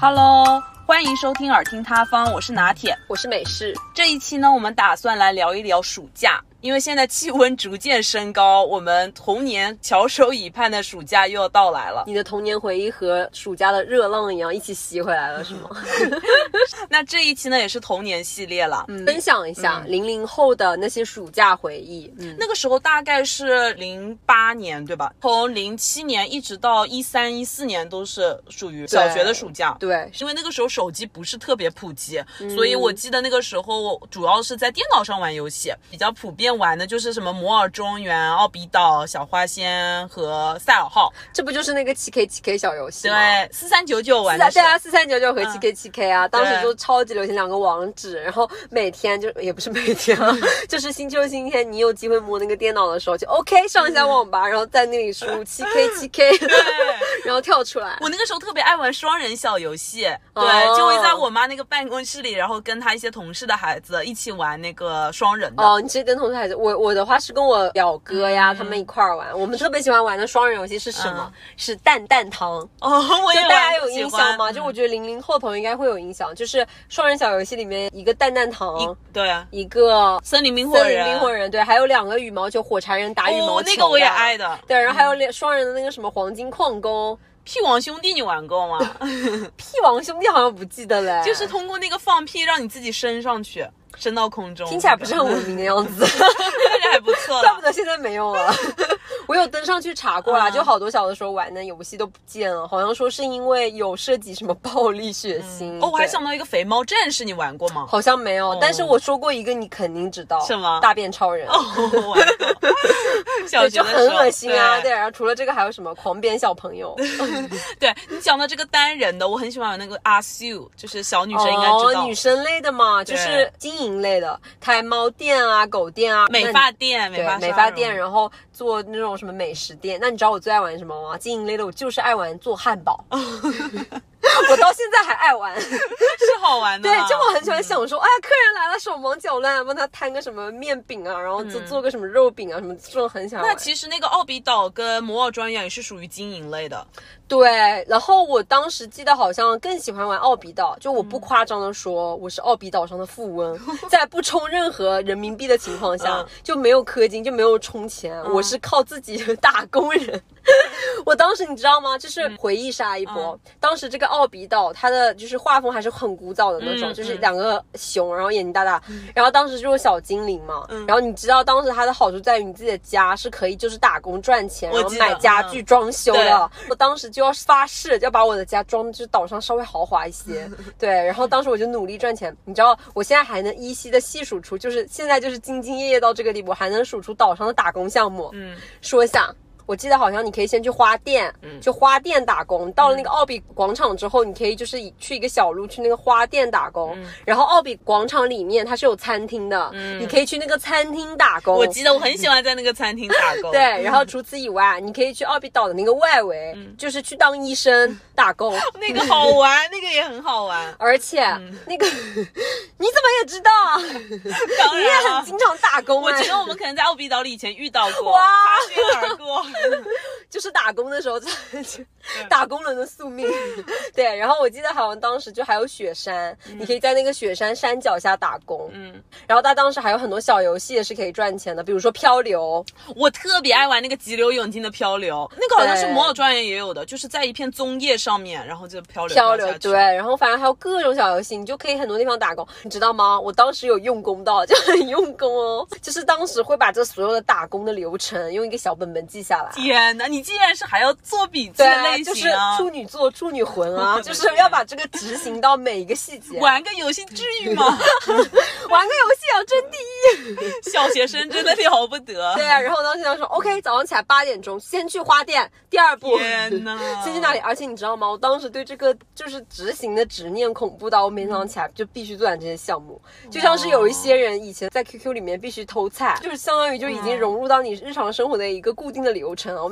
Hello， 欢迎收听耳听他方，我是拿铁， 我是美式。 这一期呢，我们打算来聊一聊暑假。因为现在气温逐渐升高，我们童年翘首以盼的暑假又要到来了。 你的童年回忆和暑假的热浪一样一起袭回来了，是吗？ 那这一期呢也是童年系列了， 分享一下00后的那些暑假回忆。 那个时候大概是08年对吧？从07年一直到13、14年都是属于小学的暑假。 对， 因为那个时候手机不是特别普及，所以我记得那个时候主要是在电脑上玩游戏，比较普遍玩的就是什么摩尔庄园、奥比岛、小花仙和赛尔号。 这不就是那个7K 小游戏吗？ 对，4399玩的是。 对啊，4399和7K 啊，当时就超级流行两个网址，然后每天就也不是每天啊，就是星期六星期天你有机会摸那个电脑的时候就 OK 上一下网吧，然后在那里输入7K 然后跳出来。 我那个时候特别爱玩双人小游戏，对，就会在我妈那个办公室里，然后跟她一些同事的孩子一起玩那个双人的。 哦，你是跟同事孩子，我的话是跟我表哥呀他们一块儿玩。我们特别喜欢玩的双人游戏是什么？是蛋蛋糖。 哦，我也玩。 就大家有印象吗？就我觉得00后朋友应该会有印象，就是双人小游戏里面一个蛋蛋糖， 对啊， 一个森林冰火人，对，还有2个羽毛球火柴人打羽毛球， 那个我也爱的。 对，然后还有双人的那个什么黄金矿工。 屁王兄弟你玩过吗？ 屁王兄弟好像不记得嘞， 就是通过那个放屁让你自己升上去，升到空中， 听起来不是很文明的样子。 看着还不错， 怪不得现在没有了。我有登上去查过啦，就好多小的时候玩的游戏都不见了，好像说是因为有涉及什么暴力血腥。 哦，我还想到一个肥猫战士，你玩过吗？ 好像没有，但是我说过一个你肯定知道， 什么？ 大便超人。 哦，我玩过。小学的时候就很恶心啊，对。然后除了这个还有什么狂扁小朋友？ 对，你讲到这个单人的，我很喜欢玩那个阿秀，就是小女生应该知道， 女生类的嘛，就是经营类的，开猫店啊、狗店啊、 美发店、 美发店，然后做那种什么美食店。那你知道我最爱玩什么吗？经营类的我就是爱玩做汉堡。我到现在还爱玩， 是好玩的。 对，就我很喜欢享受。哎呀，客人来了，手忙脚乱，帮他摊个什么面饼啊，然后做个什么肉饼啊，什么这种很想玩。 那其实那个奥比岛跟摩尔庄园也是属于经营类的。 对，然后我当时记得好像更喜欢玩奥比岛，就我不夸张的说，我是奥比岛上的富翁，在不充任何人民币的情况下，就没有氪金，就没有充钱，我是靠自己打工人。我当时你知道吗？就是回忆杀一波。当时这个奥比岛，它的就是画风还是很古早的那种，就是2个熊，然后眼睛大大，然后当时就是小精灵嘛。然后你知道当时它的好处在于你自己的家是可以就是打工赚钱，然后买家具装修的。我当时就要发誓要把我的家装就是岛上稍微豪华一些。对，然后当时我就努力赚钱。你知道我现在还能依稀的细数出，就是现在就是兢兢业业到这个地步，还能数出岛上的打工项目。说一下。我记得好像你可以先去花店，去花店打工。到了那个奥比广场之后，你可以就是去一个小路去那个花店打工。然后奥比广场里面它是有餐厅的，你可以去那个餐厅打工。 我记得我很喜欢在那个餐厅打工。 对，然后除此以外，你可以去奥比岛的那个外围，就是去当医生打工。 那个好玩，那个也很好玩。 而且那个你怎么也知道啊？ 当然， 你也很经常打工。 我觉得我们可能在奥比岛里以前遇到过， 哇， 擦肩而过。 就是打工的时候打工人的宿命。对，然后我记得好像当时就还有雪山，你可以在那个雪山山脚下打工。然后他当时还有很多小游戏也是可以赚钱的，比如说漂流。 我特别爱玩那个急流勇进的漂流，那个好像是摩尔庄园也有的，就是在一片棕叶上面，然后就漂流。 对，然后反正还有各种小游戏，你就可以很多地方打工，你知道吗？我当时有用功到，就很用功哦，就是当时会把这所有的打工的流程用一个小本本记下来。 天哪，你竟然是还要做笔记的类型啊！ 就是处女座、处女魂啊，就是要把这个执行到每一个细节。 玩个游戏至于吗？ 玩个游戏要争第一，小学生真的了不得。 对啊，然后当时他说 OK， 早上起来8点钟先去花店，第2步天哪， 先去哪里？而且你知道吗？我当时对这个就是执行的执念恐怖到我每天早上起来就必须做完这些项目，就像是有一些人以前在 QQ 里面必须偷菜，就是相当于就已经融入到你日常生活的一个固定的流程。我每天早上起来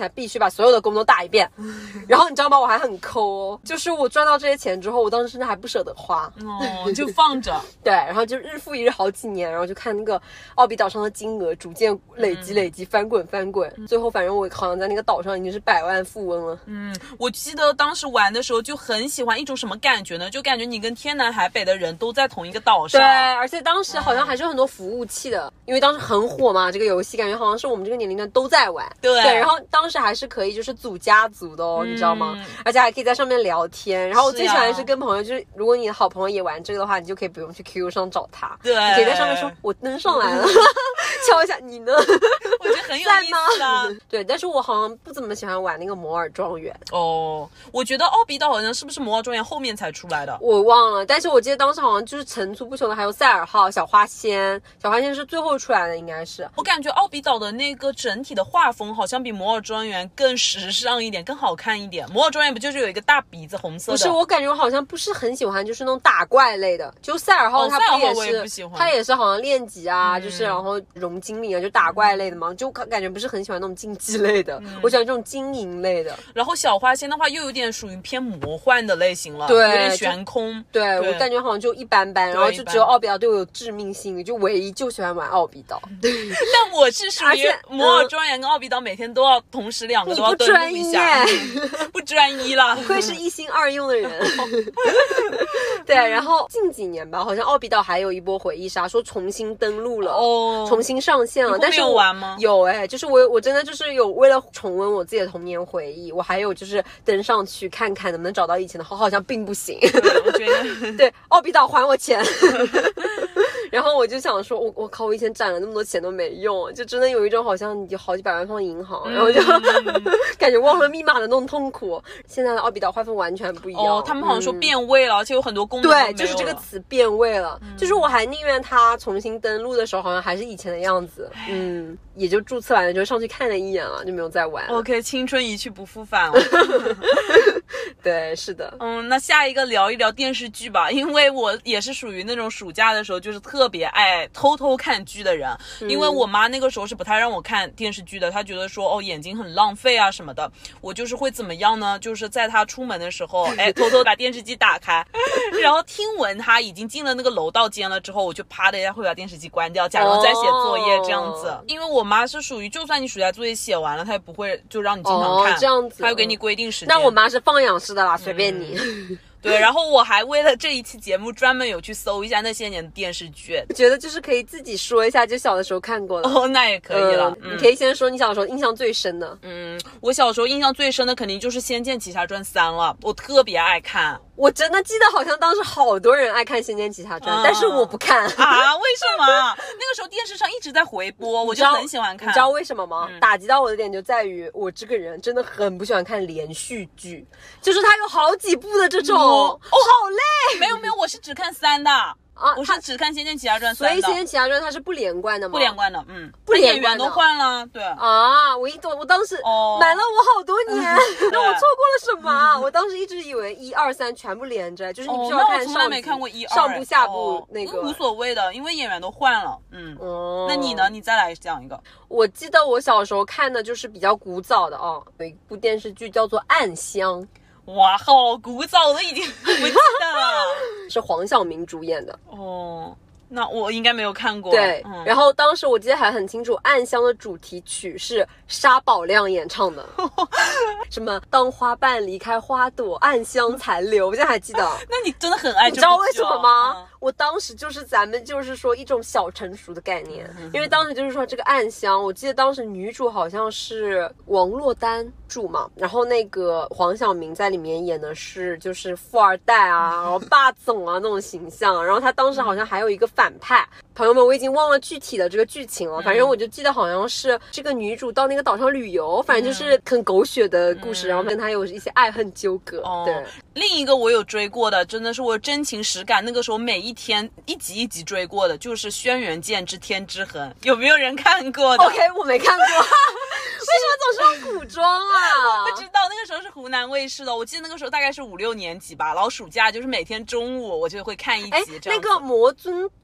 必须把所有的工都打一遍。然后你知道吗？我还很抠哦，就是我赚到这些钱之后，我当时甚至还不舍得花， 就放着。 对，然后就日复一日好几年，然后就看那个奥比岛上的金额逐渐累积翻滚，最后反正我好像在那个岛上已经是百万富翁了。 我记得当时玩的时候就很喜欢一种什么感觉呢？就感觉你跟天南海北的人都在同一个岛上。 对，而且当时好像还是有很多服务器的，因为当时很火嘛，这个游戏感觉好像是我们这个年龄段都在玩。 对， 然后当时还是可以就是组家族的哦，你知道吗？而且还可以在上面聊天。然后我最喜欢的是跟朋友，就是如果你的好朋友也玩这个的话，你就可以不用去 QQ 上找他， 对， 你可以在上面说我登上来了，敲一下你呢？ 我觉得很有意思啊。 对，但是我好像不怎么喜欢玩那个摩尔庄园。 我觉得奥比岛好像是不是摩尔庄园后面才出来的？ 我忘了，但是我记得当时好像就是层出不穷的，还有赛尔号、小花仙是最后出来的，应该是。 我感觉奥比岛的那个整体的画风好像比摩尔庄园更时尚一点，更好看一点。摩尔庄园不就是有一个大鼻子红色的？ 不是，我感觉我好像不是很喜欢，就是那种打怪类的。就赛尔号，它不也是，它也是好像练级啊，就是然后融精灵啊，就打怪类的嘛，就感觉不是很喜欢那种竞技类的，我喜欢这种经营类的。 然后小花仙的话，又有点属于偏魔幻的类型了， 对， 有点悬空。 对，我感觉好像就一般般，然后就只有奥比岛对我有致命性，就唯一就喜欢玩奥比岛。 但我是属于摩尔庄园跟奥比岛每天都要同时两个都要登录一下，不专一了， 不愧是一心二用的人。对，然后近几年吧，好像奥比岛还有一波回忆杀，说重新登录了，重新上线了。但是有玩吗？ 有就是我真的就是有为了重温我自己的童年回忆，我还有就是登上去看看能不能找到以前的，好像并不行。 我觉得对，奥比岛还我钱。然后我就想说，我靠，我以前攒了那么多钱都没用，就真的有一种好像你好几百万放银行，然后就感觉忘了密码的那种痛苦。现在的奥比岛画风完全不一样， 他们好像说变味了，而且有很多功能对，就是这个词变味了，就是我还宁愿它重新登录的时候好像还是以前的样子，也就注册完了就上去看了一眼了，就没有再玩了。 OK， 青春一去不复返了。 对，是的。 那下一个聊一聊电视剧吧，因为我也是属于那种暑假的时候就是特别爱偷偷看剧的人，因为我妈那个时候是不太让我看电视剧的，她觉得说眼睛很浪费啊什么的。我就是会怎么样呢？就是在她出门的时候，偷偷把电视机打开，然后听闻她已经进了那个楼道间了之后，我就啪的一下会把电视机关掉，假装在写作业这样子。因为我妈是属于就算你暑假作业写完了，她也不会就让你经常看， 这样子， 她会给你规定时间。 那我妈是放养式的啦，随便你。 对，然后我还为了这一期节目专门有去搜一下那些年的电视剧， 我觉得就是可以自己说一下，就小的时候看过的。 那也可以了。 你可以先说你小时候印象最深的。 我小时候印象最深的肯定就是《仙剑奇侠传3》了，我特别爱看。 我真的记得好像当时好多人爱看《仙剑奇侠传》，但是我不看啊？为什么？那个时候电视上一直在回播，我就很喜欢看。 你知道为什么吗？打击到我的点就在于我这个人真的很不喜欢看连续剧，就是它有好几部的这种，好累。 没有，我是只看3的。我是只看《仙剑奇侠传3》的， 所以《仙剑奇侠传》它是不连贯的吗？ 不连贯的， 不连贯的， 演员都换了，对啊，我当时瞒了我好多年，那我错过了什么？我当时一直以为1、2、3全部连着，就是你必须要看我从来没看过1、2， 上部下部那个无所谓的，因为演员都换了。那你呢？你再来讲一个。 我记得我小时候看的就是比较古早的有一部电视剧叫做《暗香》。 哇，好古早的，已经不记得了。 是黄晓明主演的。 那我应该没有看过。 对，然后当时我记得还很清楚，《暗香》的主题曲是沙宝亮演唱的，什么当花瓣离开花朵，暗香残留，我现在还记得。 那你真的很爱这部剧。 你知道为什么吗？我当时就是咱们就是说一种小成熟的概念，因为当时就是说这个《暗香》，我记得当时女主好像是王珞丹主嘛，然后那个黄晓明在里面演的是就是富二代啊，然后霸总啊那种形象，然后他当时好像还有一个反派。朋友们，我已经忘了具体的这个剧情了，反正我就记得好像是这个女主到那个岛上旅游，反正就是很狗血的故事，然后跟她有一些爱恨纠葛。对， 另一个我有追过的，真的是我有真情实感，那个时候每一天一集一集追过的，就是《轩辕剑之天之痕》，有没有人看过的 ？OK， 我没看过。为什么总是用古装啊？ 我不知道，那个时候是湖南卫视的，我记得那个时候大概是5、6年级吧，然后暑假就是每天中午我就会看一集这样。 那个魔尊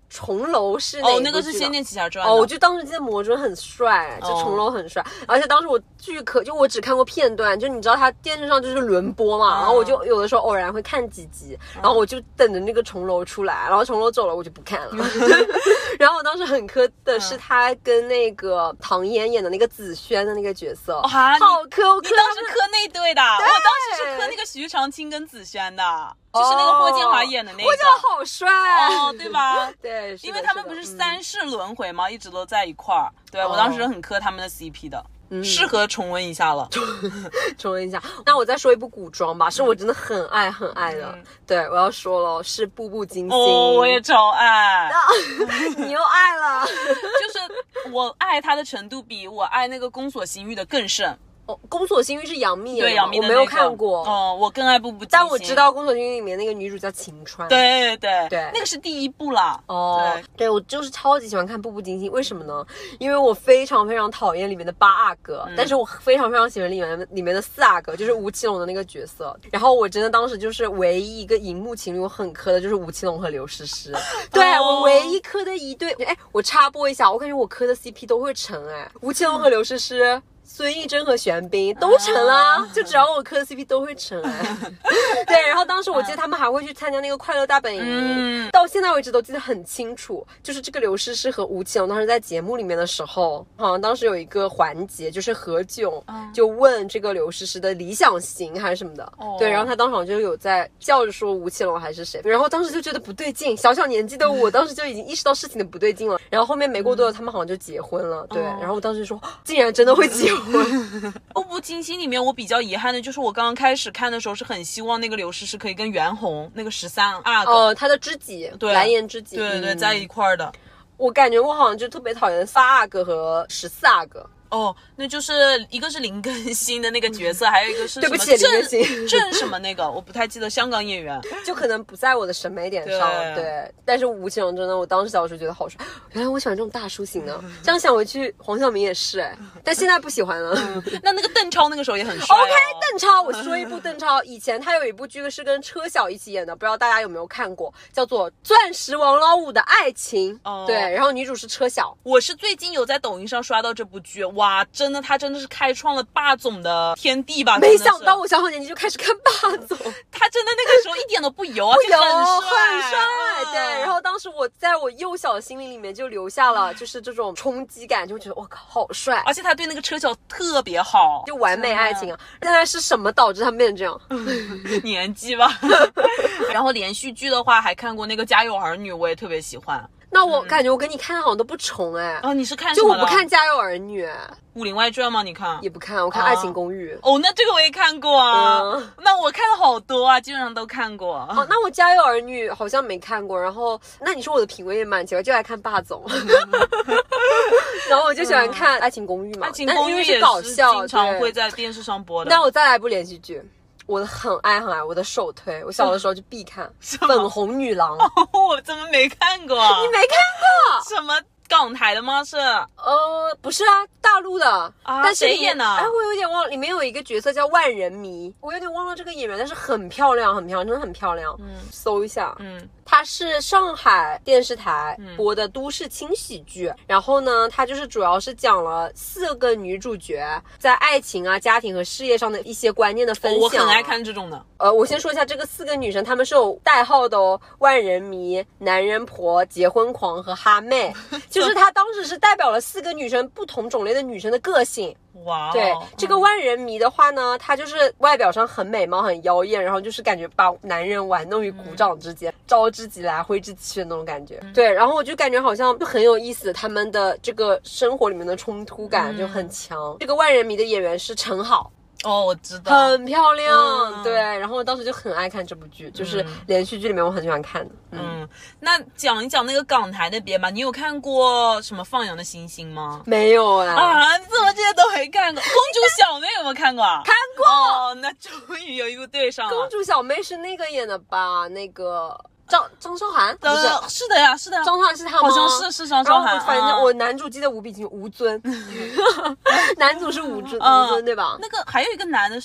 重楼是哪一部剧那个是《仙剑奇侠传》 我就当时记得魔尊很帅，就重楼很帅，而且当时我巨可，就我只看过片段，就你知道他电视上就是轮播嘛，然后我就有的时候偶然会看几集，然后我就等着那个重楼出来，然后重楼走了我就不看了。然后我当时很磕的是他跟那个唐嫣演的那个紫萱的那个角色，好磕，我你当时磕那对的，我当时是磕那个徐长卿跟紫萱的。就是那个霍建华演的那个， 霍建华好帅对吧？ 对， 因为他们不是3世轮回吗？一直都在一块儿。对，我当时很磕他们的 CP 的，适合重温一下了。 重温一下。那我再说一部古装吧，是我真的很爱很爱的。对，我要说了，是《步步惊心》。 我也超爱。 你又爱了？ 就是我爱他的程度比我爱那个宫锁心玉的更甚。 宫锁心玉是杨幂演的， 对，杨幂的我没有看过。 我更爱步步惊心， 但我知道宫锁心玉里面那个女主叫晴川。 对， 那个是第一部啦。 对，我就是超级喜欢看步步惊心，为什么呢？因为我非常非常讨厌里面的8阿哥，但是我非常非常喜欢里面的4阿哥，就是吴奇隆的那个角色。然后我真的当时就是唯一一个荧幕情侣我很磕的就是吴奇隆和刘诗诗。对，我唯一磕的一对，我插播一下，我感觉我磕的 CP 都会成。吴奇隆和刘诗诗。孙艺珍和玄彬都成了，就只要我磕的 CP 都会成。对，然后当时我记得他们还会去参加那个快乐大本营，到现在为止都记得很清楚。就是这个刘诗诗和吴奇隆当时在节目里面的时候，好像当时有一个环节，就是何炅就问这个刘诗诗的理想型还是什么的，对，然后他当时好像就有在叫着说吴奇隆还是谁，然后当时就觉得不对劲，小小年纪的我当时就已经意识到事情的不对劲了。然后后面没过多久，他们好像就结婚了，对，然后我当时就说，竟然真的会结婚。 步步惊心里面我比较遗憾的就是我刚刚开始看的时候是很希望那个刘诗诗可以跟袁弘那个13阿哥他的知己， 对， 蓝颜知己， 对在一块儿的。 我感觉我好像就特别讨厌3阿哥和14阿哥。 那就是一个是林更新的那个角色，还有一个是对不起林更新郑什么那个我不太记得，香港演员， 就可能不在我的审美点上。对，但是吴奇隆真的，我当时小时候觉得好帅，原来我喜欢这种大叔型的。这样想回去，黄晓明也是但现在不喜欢了。 那个邓超那个时候也很帅。 OK， 邓超，我说一部邓超，以前他有一部剧是跟车晓一起演的，不知道大家有没有看过，叫做《钻石王老五的爱情》。对，然后女主是车晓。 我是最近有在抖音上刷到这部剧，哇，他真的是开创了霸总的天地吧？ 没想到我小小年纪就开始看霸总， 他真的那个时候一点都不油啊， 不油， 很帅。对，然后当时我在我幼小的心灵里面就留下了就是这种冲击感，就觉得我靠好帅， 而且他对那个车晓特别好， 就完美爱情啊！现在是什么导致他们变成这样？ 年纪吧。然后连续剧的话还看过那个《家有儿女》，我也特别喜欢。 那我感觉我跟你看的好像都不重你是看什么？ 就我不看《家有儿女》。 武林外传吗？你看？ 也不看，我看《爱情公寓》。 那这个我也看过啊。那我看了好多啊，基本上都看过。 那我《家有儿女》好像没看过。然后，那你说我的品味也蛮奇怪，就爱看霸总。然后我就喜欢看《爱情公寓》嘛，《 爱情公寓》 是搞笑， 经常会在电视上播的。 那我再来一部连续剧。我很爱我的首推，我小的时候就必看《粉红女郎》。 我怎么没看过？ 你没看过？ 什么港台的吗？是不是啊，大陆的啊。但是谁演的？ 我有点忘了，里面有一个角色叫万人迷，我有点忘了这个演员，但是很漂亮，很漂亮，真的很漂亮。搜一下。它是上海电视台播的都市轻喜剧，然后呢，它就是主要是讲了4个女主角在爱情啊、家庭和事业上的一些观念的分享。 我很爱看这种的。 我先说一下这个4个女生，她们是有代号的哦，万人迷、男人婆、结婚狂和哈妹，就是她当时是代表了4个女生不同种类的女生的个性。 哇， 对，这个万人迷的话呢，她就是外表上很美貌、很妖艳，然后就是感觉把男人玩弄于股掌之间，招之即来挥之即去的那种感觉。对，然后我就感觉好像就很有意思，他们的这个生活里面的冲突感就很强。这个万人迷的演员是陈好。 我知道， 很漂亮。对，然后当时就很爱看这部剧，就是连续剧里面我很喜欢看的。 那讲一讲那个港台那边吧，你有看过什么放羊的星星吗？ 没有你怎么这些都没看过？公主小妹有没有看过？ 看过。 那终于有一部对上了。 公主小妹是那个演的吧？那个张韶涵不是？是的呀，是的。 张韶涵是他吗？ 好像是张韶涵。 反正我男主记得无比清楚，吴尊。男主是吴尊对吧？ 那个还有一个男的是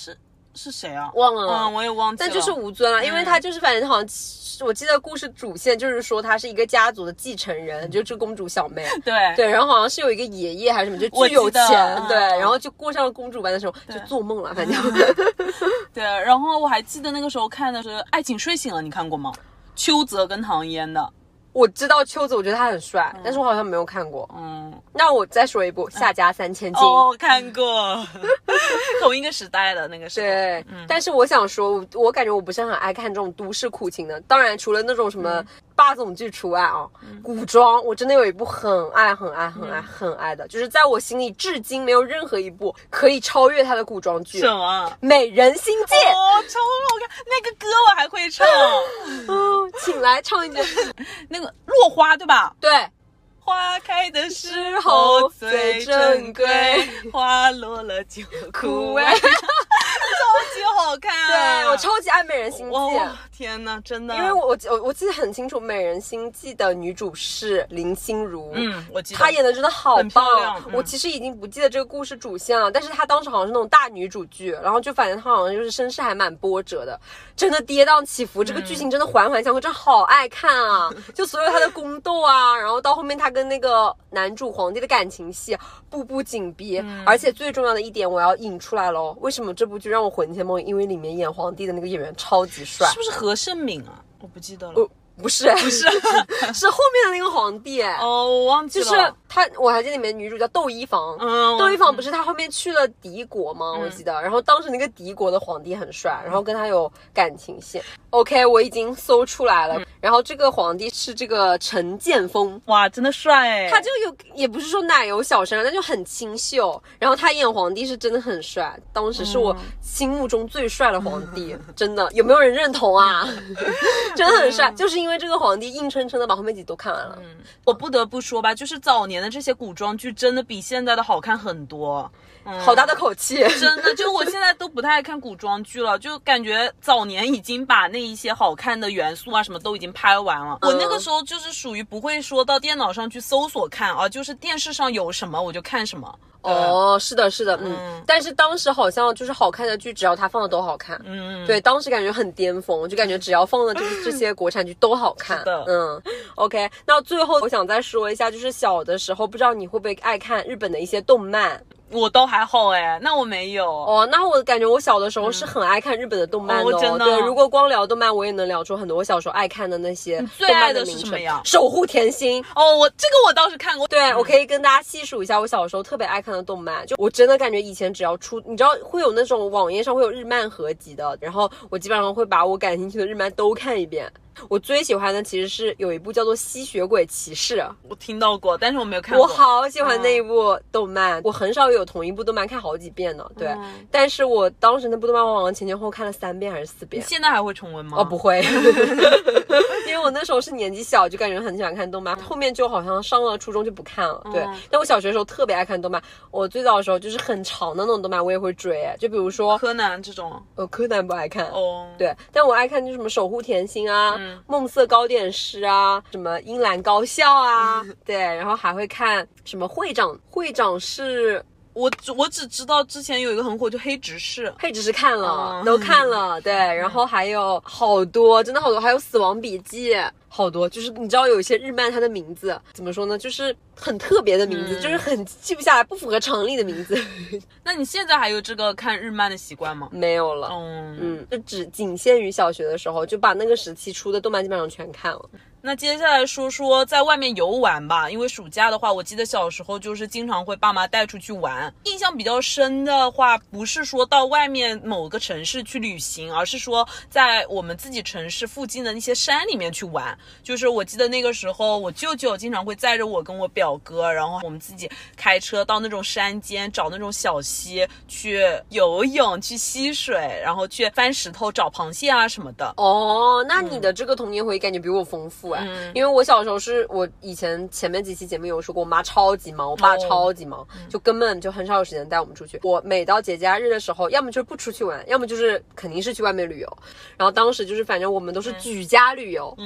是谁啊？ 忘了， 我也忘记了。 但就是吴尊啊，因为他就是反正好像我记得故事主线就是说他是一个家族的继承人，就是公主小妹。 对， 然后好像是有一个爷爷还是什么，就巨有钱，对，然后就过上了公主般的生活，就做梦了，反正。 对，然后我还记得那个时候看的是《爱情睡醒了》，你看过吗？邱泽跟唐嫣的。 我知道邱泽，我觉得他很帅，但是我好像没有看过。那我再说一部《夏家三千金》。 看过，同一个时代的那个时候。 对，但是我想说，我感觉我不是很爱看这种都市苦情的。当然，除了那种什么霸总剧除外啊，古装我真的有一部很爱的，就是在我心里至今没有任何一部可以超越它的古装剧。 什么？ 《美人心计》。 超好看，那个歌我还会唱。 请来唱一句。 那个落花对吧？ 对。 花开的时候最珍贵，花落了就枯萎。超级好看对，我超级爱《美人心计》。 天哪，真的！ 因为我记得很清楚，《美人心计》的女主是林心如。 我记得她演的真的好棒。 我其实已经不记得这个故事主线了，但是她当时好像是那种大女主剧，然后就反正她好像就是身世还蛮波折的，真的跌宕起伏。这个剧情真的环环相扣，真的好爱看啊！就所有她的宫斗啊，然后到后面她跟那个男主皇帝的感情戏步步紧逼，而且最重要的一点我要引出来咯，为什么这部剧让我魂牵梦萦？因为里面演皇帝的那个演员超级帅。 是不是何晟敏啊？我不记得了。 不是是后面的那个皇帝。 我忘记了。 就是他，我还记得里面女主叫窦漪房。窦漪房不是他后面去了敌国吗？我记得。然后当时那个敌国的皇帝很帅，然后跟他有感情线。OK， 我已经搜出来了。然后这个皇帝是这个陈建锋。 哇，真的帅哎！ 他就也不是说奶油小生，但就很清秀。然后他演皇帝是真的很帅，当时是我心目中最帅的皇帝，真的。有没有人认同啊？真的很帅，就是因为这个皇帝硬撑撑的把后面几集都看完了。 我不得不说吧，就是早年的这些古装剧真的比现在的好看很多。 好大的口气。 真的，就我现在都不太爱看古装剧了，就感觉早年已经把那一些好看的元素啊什么都已经拍完了。我那个时候就是属于不会说到电脑上去搜索看啊，就是电视上有什么我就看什么。 是的，但是当时好像就是好看的剧，只要他放的都好看。对，当时感觉很巅峰，就感觉只要放的就是这些国产剧都好看。 是的 ，OK， 那最后我想再说一下，就是小的时候不知道你会不会爱看日本的一些动漫。 我都还好哎，那我没有那我感觉我小的时候是很爱看日本的动漫的。 真的。 对，如果光聊动漫，我也能聊出很多我小时候爱看的那些动漫的名称。你最爱的是什么呀？ 守护甜心。 这个我倒是看过。 对，我可以跟大家细数一下我小时候特别爱看的动漫。就我真的感觉以前只要出，你知道会有那种网页上会有日漫合集的，然后我基本上会把我感兴趣的日漫都看一遍。我最喜欢的其实是有一部叫做《吸血鬼骑士》， 我听到过，但是我没有看过。 我好喜欢那一部动漫，我很少有同一部动漫看好几遍呢。对，但是我当时那部动漫我好像前后看了3遍还是4遍。 你现在还会重温吗？ 不会，因为我那时候是年纪小，就感觉很喜欢看动漫，后面就好像上了初中就不看了。对，但我小学的时候特别爱看动漫，我最早的时候就是很长的那种动漫我也会追，就比如说柯南这种。 柯南不爱看。对，但我爱看就是什么守护甜心啊，梦色糕点师啊，什么樱兰高校啊，对，然后还会看什么会长是。 我只知道之前有一个很火，就黑执事看了，都看了，对，然后还有好多，真的好多，还有死亡笔记，好多，就是你知道有一些日漫它的名字怎么说呢，就是很特别的名字，就是很记不下来，不符合常理的名字。 那你现在还有这个看日漫的习惯吗？ 没有了。就仅限于小学的时候，就把那个时期出的动漫基本上全看了。 那接下来说说在外面游玩吧，因为暑假的话，我记得小时候就是经常会爸妈带出去玩。印象比较深的话，不是说到外面某个城市去旅行，而是说在我们自己城市附近的那些山里面去玩。就是我记得那个时候，我舅舅经常会载着我跟我表哥，然后我们自己开车到那种山间，找那种小溪去游泳、去吸水，然后去翻石头找螃蟹啊什么的。 那你的这个童年回忆感觉比我丰富。因为我小时候我以前前面几期节目有说过，我妈超级忙，我爸超级忙，就根本就很少有时间带我们出去。我每到节假日的时候，要么就是不出去玩，要么就是肯定是去外面旅游。然后当时就是反正我们都是举家旅游，就是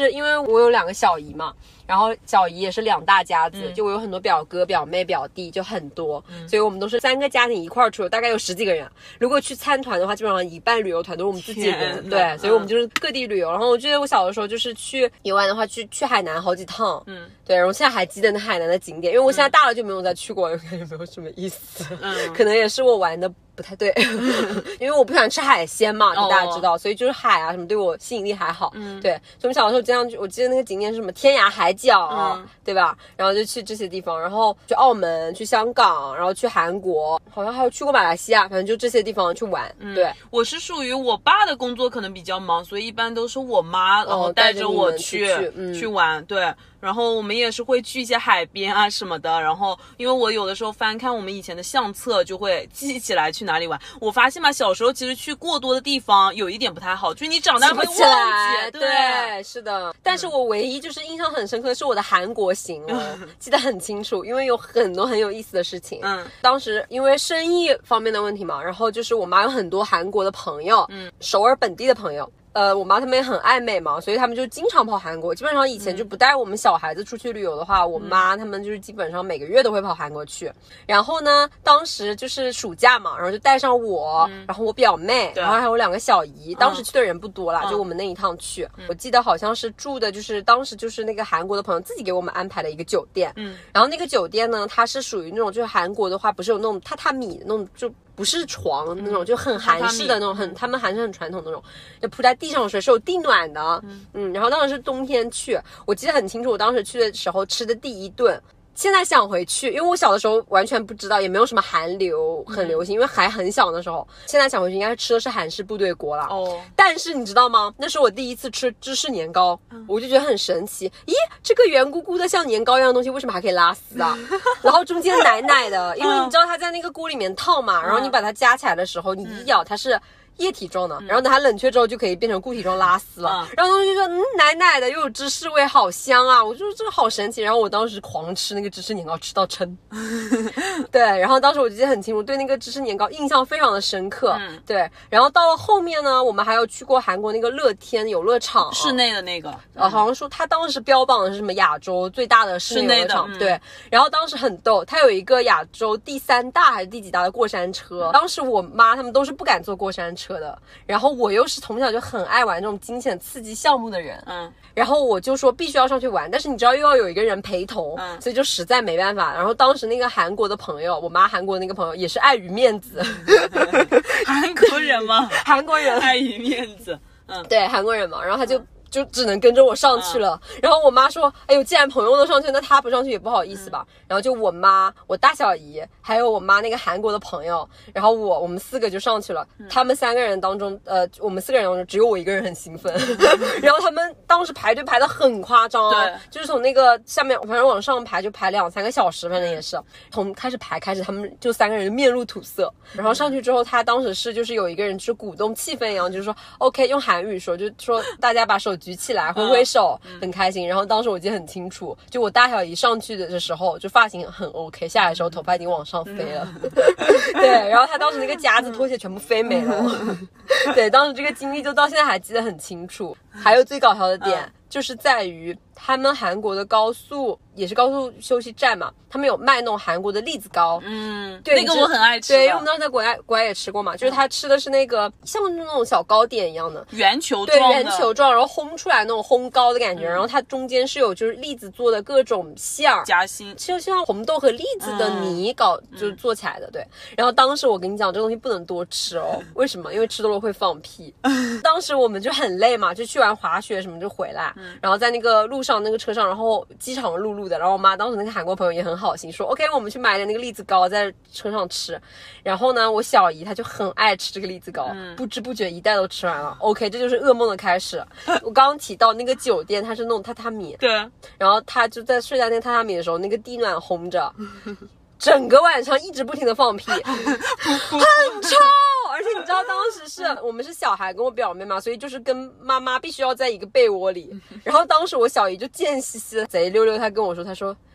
就是因为我有2个小姨嘛，然后小姨也是2大家子，就我有很多表哥表妹表弟，就很多，所以我们都是3个家庭一块儿出，大概有10几个人。如果去参团的话，基本上一半旅游团都是我们自己人，对，所以我们就是各地旅游。然后我记得我小的时候就是去游玩的话，去海南好几趟，对，然后现在还记得那海南的景点，因为我现在大了就没有再去过，感觉没有什么意思，可能也是我玩的不太对，因为我不喜欢吃海鲜嘛，就大家知道，所以就是海啊什么对我吸引力还好，对，所以我们小的时候经常去，我记得那个景点是什么天涯海角，对吧？然后就去这些地方，然后去澳门、去香港，然后去韩国，好像还有去过马来西亚，反正就这些地方去玩。对， 我是属于我爸的工作可能比较忙，所以一般都是我妈然后带着我去玩，对。然后我们也是会去一些海边啊什么的，然后因为我有的时候翻看我们以前的相册，就会记起来去哪里玩。我发现嘛，小时候其实去过多的地方有一点不太好，就是你长大会忘记。 对，是的。但是我唯一就是印象很深刻的是我的韩国行记得很清楚，因为有很多很有意思的事情。当时因为生意方面的问题嘛，然后就是我妈有很多韩国的朋友，首尔本地的朋友。我妈他们也很爱美嘛，所以他们就经常跑韩国。基本上以前就不带我们小孩子出去旅游的话，我妈他们就是基本上每个月都会跑韩国去。然后呢，当时就是暑假嘛，然后就带上我，然后我表妹，然后还有2个小姨。当时去的人不多啦，就我们那一趟去。我记得好像是住的就是当时就是那个韩国的朋友自己给我们安排的一个酒店。然后那个酒店呢，它是属于那种就是韩国的话不是有那种榻榻米那种就。不是床那种，就很韩式的那种，他们还是很传统的那种，就铺在地上水是有地暖的，然后当时是冬天去，我记得很清楚，我当时去的时候吃的第一顿。现在想回去，因为我小的时候完全不知道，也没有什么韩流很流行，因为还很小的时候。现在想回去，应该是吃的是韩式部队锅啦。但是你知道吗？那是我第一次吃芝士年糕，我就觉得很神奇。咦，这个圆咕咕的像年糕一样的东西，为什么还可以拉丝啊？然后中间奶奶的，因为你知道它在那个锅里面烫嘛，然后你把它夹起来的时候，你一咬它是液体状的，然后等它冷却之后就可以变成固体状拉丝了。然后当时就说奶奶的又有芝士味，好香啊！我就这个好神奇。然后我当时狂吃那个芝士年糕，吃到撑。对，然后当时我记得很清楚，对那个芝士年糕印象非常的深刻。对，然后到了后面呢，我们还有去过韩国那个乐天游乐场， 室内的那个， 好像说它当时标榜的是什么亚洲最大的室内游乐场。对，然后当时很逗，它有一个亚洲第3大还是第几大的过山车。当时我妈他们都是不敢坐过山车的，然后我又是从小就很爱玩这种惊险刺激项目的人，然后我就说必须要上去玩，但是你知道又要有一个人陪同，所以就实在没办法。然后当时那个韩国的朋友，我妈韩国的那个朋友也是碍于面子， 韩国人吗？ 韩国人碍于面子， 对，韩国人嘛，然后他就只能跟着我上去了。然后我妈说，哎呦，既然朋友都上去，那他不上去也不好意思吧。然后就我妈、我大小姨还有我妈那个韩国的朋友，然后我们4个就上去了。他们3个人当中我们4个人当中只有我一个人很兴奋。然后他们当时排队排得很夸张，对，就是从那个下面反正往上排就排2-3个小时，反正也是从开始排开始，他们就3个人面露土色。然后上去之后，他当时是就是有一个人就是鼓动气氛一样，就是说 OK 用韩语说，就说大家把手举起来挥挥手，很开心。然后当时我记得很清楚，就我大小姨上去的时候就发型很 OK， 下来的时候头发已经往上飞了。对，然后她当时那个夹子拖鞋全部飞没了。对，当时这个经历就到现在还记得很清楚。还有最搞笑的点就是在于他们韩国的高速也是高速休息站嘛，他们有卖那种韩国的栗子糕，对， 那个我很爱吃。 对，因为我们当时在国外也吃过嘛，就是他吃的是那个像那种小糕点一样的圆球状的，对，圆球状，然后烘出来那种烘糕的感觉，然后它中间是有就是栗子做的各种馅儿夹心， 就像红豆和栗子的泥搞就是做起来的，对。然后当时我跟你讲，这个东西不能多吃哦，为什么？因为吃多了会放屁。当时我们就很累嘛，就去完滑雪什么就回来，然后在那个路上那个车上，然后饥肠辘辘的，然后我妈当时那个韩国朋友也很好心说 OK 我们去买点那个栗子糕在车上吃。然后呢我小姨她就很爱吃这个栗子糕，不知不觉一袋都吃完了。 OK 这就是噩梦的开始。我刚刚提到那个酒店它是那种榻榻米， 对， 然后她就在睡在那个榻榻米的时候，那个地暖烘着，整个晚上一直不停的放屁，很臭。而且你知道当时是我们是小孩跟我表妹嘛，所以就是跟妈妈必须要在一个被窝里。然后当时我小姨就贱兮兮的贼溜溜，她跟我说，她说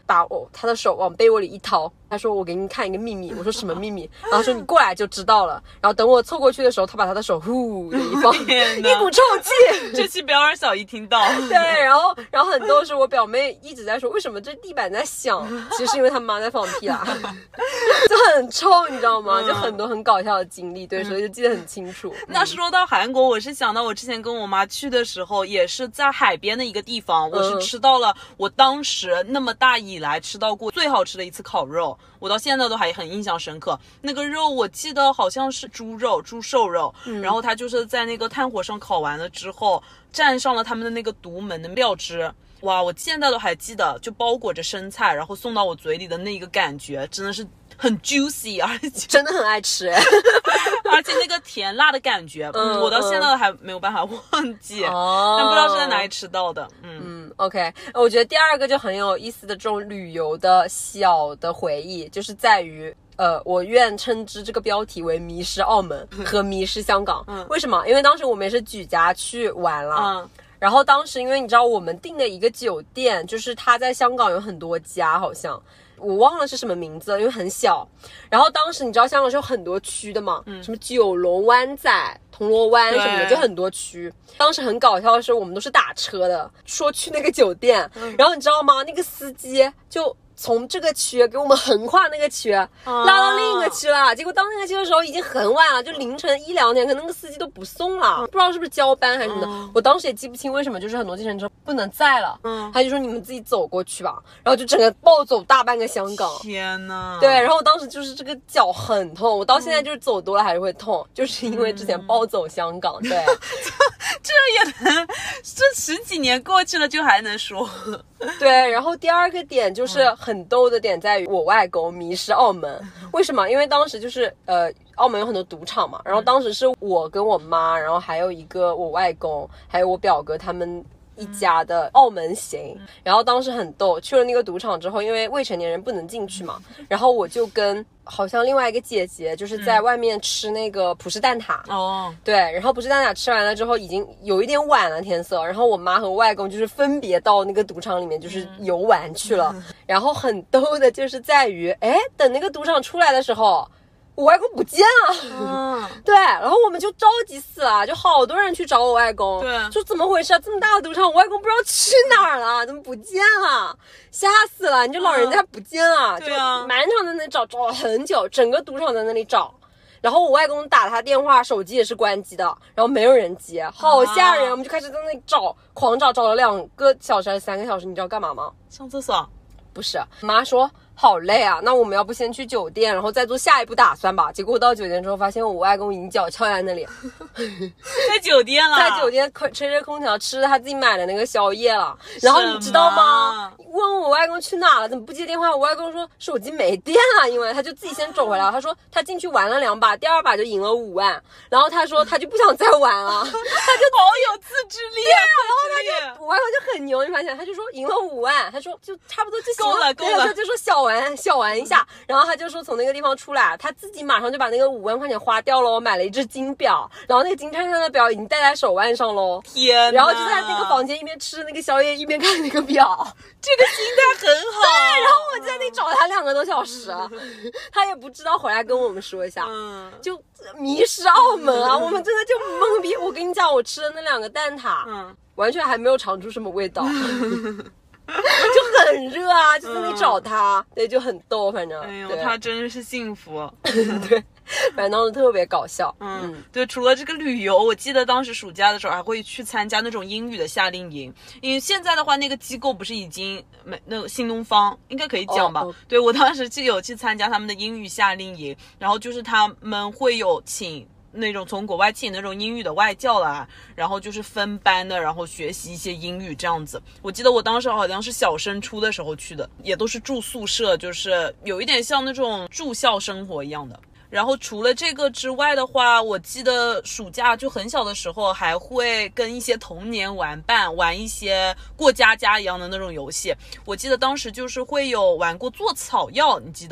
把他的手往被窝里一掏，他说我给你看一个秘密，我说什么秘密？然后说你过来就知道了。然后等我凑过去的时候，他把他的手呼的一放，一股臭气。 这期不要让小姨听到。 对，然后很多是我表妹一直在说为什么这地板在响，其实是因为他妈在放屁啦，就很臭，你知道吗？就很多很搞笑的经历，对，所以就记得很清楚。 那说到韩国，我是想到我之前跟我妈去的时候，也是在海边的一个地方，我是吃到了我当时那么大以来吃到过最好吃的一次烤肉，我到现在都还很印象深刻。那个肉我记得好像是猪瘦肉，然后它就是在那个炭火上烤完了之后，蘸上了他们的那个独门的料汁。哇，我现在都还记得，就包裹着生菜，然后送到我嘴里的那个感觉，真的是很 juicy， 而且真的很爱吃而且那个甜辣的感觉，我到现在都还没有办法忘记，但不知道是在哪里吃到的。 OK， 我觉得第二个就很有意思的这种旅游的小的回忆，就是在于我愿称之这个标题为迷失澳门和迷失香港。为什么？因为当时我们也是举家去玩了。然后当时因为你知道我们订的一个酒店，就是它在香港有很多家，好像我忘了是什么名字，因为很小。然后当时你知道香港是有很多区的嘛，什么九龙湾仔、铜锣湾什么的，就很多区。当时很搞笑的是，我们都是打车的，说去那个酒店，然后你知道吗？那个司机就从这个区给我们横跨那个区，拉到另一个区了。结果到那个区的时候已经很晚了，就凌晨1、2点，可能那个司机都不送了，不知道是不是交班还是什么的。我当时也记不清为什么，就是很多计程车不能载了，他就说你们自己走过去吧，然后就整个暴走大半个香港。 天哪！ 对，然后我当时就是这个脚很痛，我到现在就是走多了还是会痛，就是因为之前暴走香港。对， 这也能，这10几年过去了就还能说。 对，然后第二个点就是很逗的点在于我外公迷失澳门。为什么？因为当时就是澳门有很多赌场嘛，然后当时是我跟我妈，然后还有一个我外公，还有我表哥他们一家的澳门行。然后当时很逗，去了那个赌场之后，因为未成年人不能进去嘛，然后我就跟好像另外一个姐姐就是在外面吃那个葡式蛋挞。对，然后葡式蛋挞吃完了之后已经有一点晚了天色，然后我妈和我外公就是分别到那个赌场里面就是游玩去了。然后很逗的就是在于等那个赌场出来的时候，我外公不见了。对，然后我们就着急死了，就好多人去找我外公， 对， 说怎么回事啊？这么大的赌场，我外公不知道去哪儿了，怎么不见了？吓死了！你这老人家不见了，就满场在那里找了很久，整个赌场在那里找。然后我外公打他电话，手机也是关机的，然后没有人接，好吓人。我们就开始在那里找，狂找，找了2个小时还是3个小时，你知道干嘛吗？ 上厕所？ 不是，妈说好累啊，那我们要不先去酒店，然后再做下一步打算吧。结果我到酒店之后，发现我外公已经脚翘在那里， 在酒店了， 在酒店吹着空调吃他自己买的那个宵夜了。然后你知道吗？问我外公去哪了，怎么不接电话？我外公说手机没电了，因为他就自己先走回来了。他说他进去玩了2把，第2把就赢了5万，然后他说他就不想再玩了，他就好有自制力啊！ 然后我外公就很牛，你发现他就说赢了5万，他说就差不多就行了，够了， 他就说小玩一下，然后他就说从那个地方出来，他自己马上就把那个5万块钱花掉了，买了一只金表，然后那个金灿灿的表已经戴在手腕上喽。 天哪！ 然后就在那个房间一边吃那个宵夜一边看那个表， 这个心态很好。 对，然后我在那里找他2个多小时，他也不知道，回来跟我们说一下，就迷失澳门啊！我们真的就懵逼。我跟你讲，我吃的那2个蛋挞，完全还没有尝出什么味道。就很热啊，就在那里找他，对，就很逗，反正。 哎呦，他真是幸福。 对，反正当时特别搞笑。 对，除了这个旅游，我记得当时暑假的时候还会去参加那种英语的夏令营，因为现在的话那个机构不是已经那个新东方应该可以讲吧？对，我当时就有去参加他们的英语夏令营，然后就是他们会有请那种从国外请那种英语的外教啦，然后就是分班的，然后学习一些英语这样子。我记得我当时好像是小升初的时候去的，也都是住宿舍，就是有一点像那种住校生活一样的。然后除了这个之外的话，我记得暑假就很小的时候还会跟一些童年玩伴玩一些过家家一样的那种游戏。我记得当时就是会有玩过做草药，你记得吗？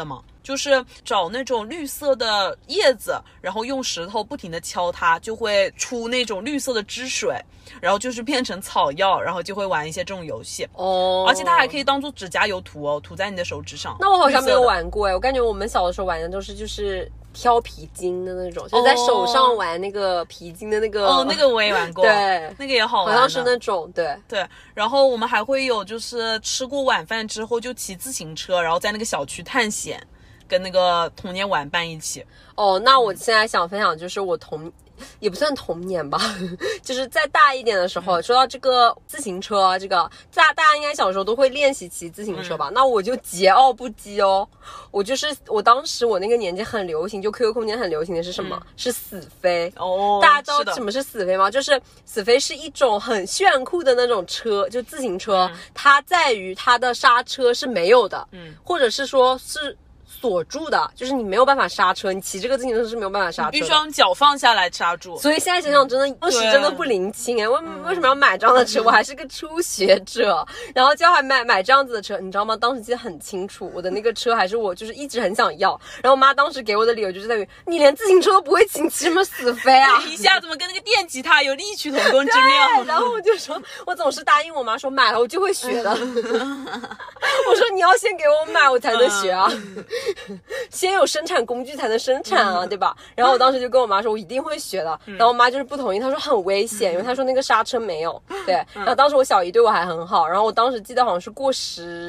就是找那种绿色的叶子，然后用石头不停的敲它，就会出那种绿色的汁水，然后就是变成草药，然后就会玩一些这种游戏。而且它还可以当做指甲油涂哦，涂在你的手指上。 那我好像没有玩过我感觉我们小的时候玩的都是就是挑皮筋的那种，就是在手上玩那个皮筋的那个。 那个我也玩过。 对， 那个也好玩。 好像是那种，对。 然后我们还会有就是吃过晚饭之后就骑自行车，然后在那个小区探险，跟那个童年玩伴一起。 那我现在想分享就是我也不算童年吧，就是再大一点的时候，说到这个自行车，这个大家应该小时候都会练习骑自行车吧？那我就桀骜不羁哦。我当时我那个年纪很流行，就 QQ 空间很流行的是什么？是死飞。大家知道什么是死飞吗？就是死飞是一种很炫酷的那种车，就自行车，它在于它的刹车是没有的，或者是说是锁住的，就是你没有办法刹车，你骑这个自行车是没有办法刹车的， 你必须要用脚放下来刹住。 所以现在想想，真的当时真的不领情为什么要买这样的车？我还是个初学者，然后就还买这样子的车，你知道吗？当时记得很清楚，我的那个车还是我就是一直很想要，然后我妈当时给我的理由就是在于你连自行车都不会骑，你骑什么死飞啊？ 一下怎么跟那个电吉他有异曲同工之妙？ 然后我就说，我总是答应我妈说买了我就会学的。我说你要先给我买，我才能学啊。先有生产工具才能生产啊，对吧？然后我当时就跟我妈说我一定会学的，然后我妈就是不同意，她说很危险，因为她说那个刹车没有。对，然后当时我小姨对我还很好，然后我当时记得好像是过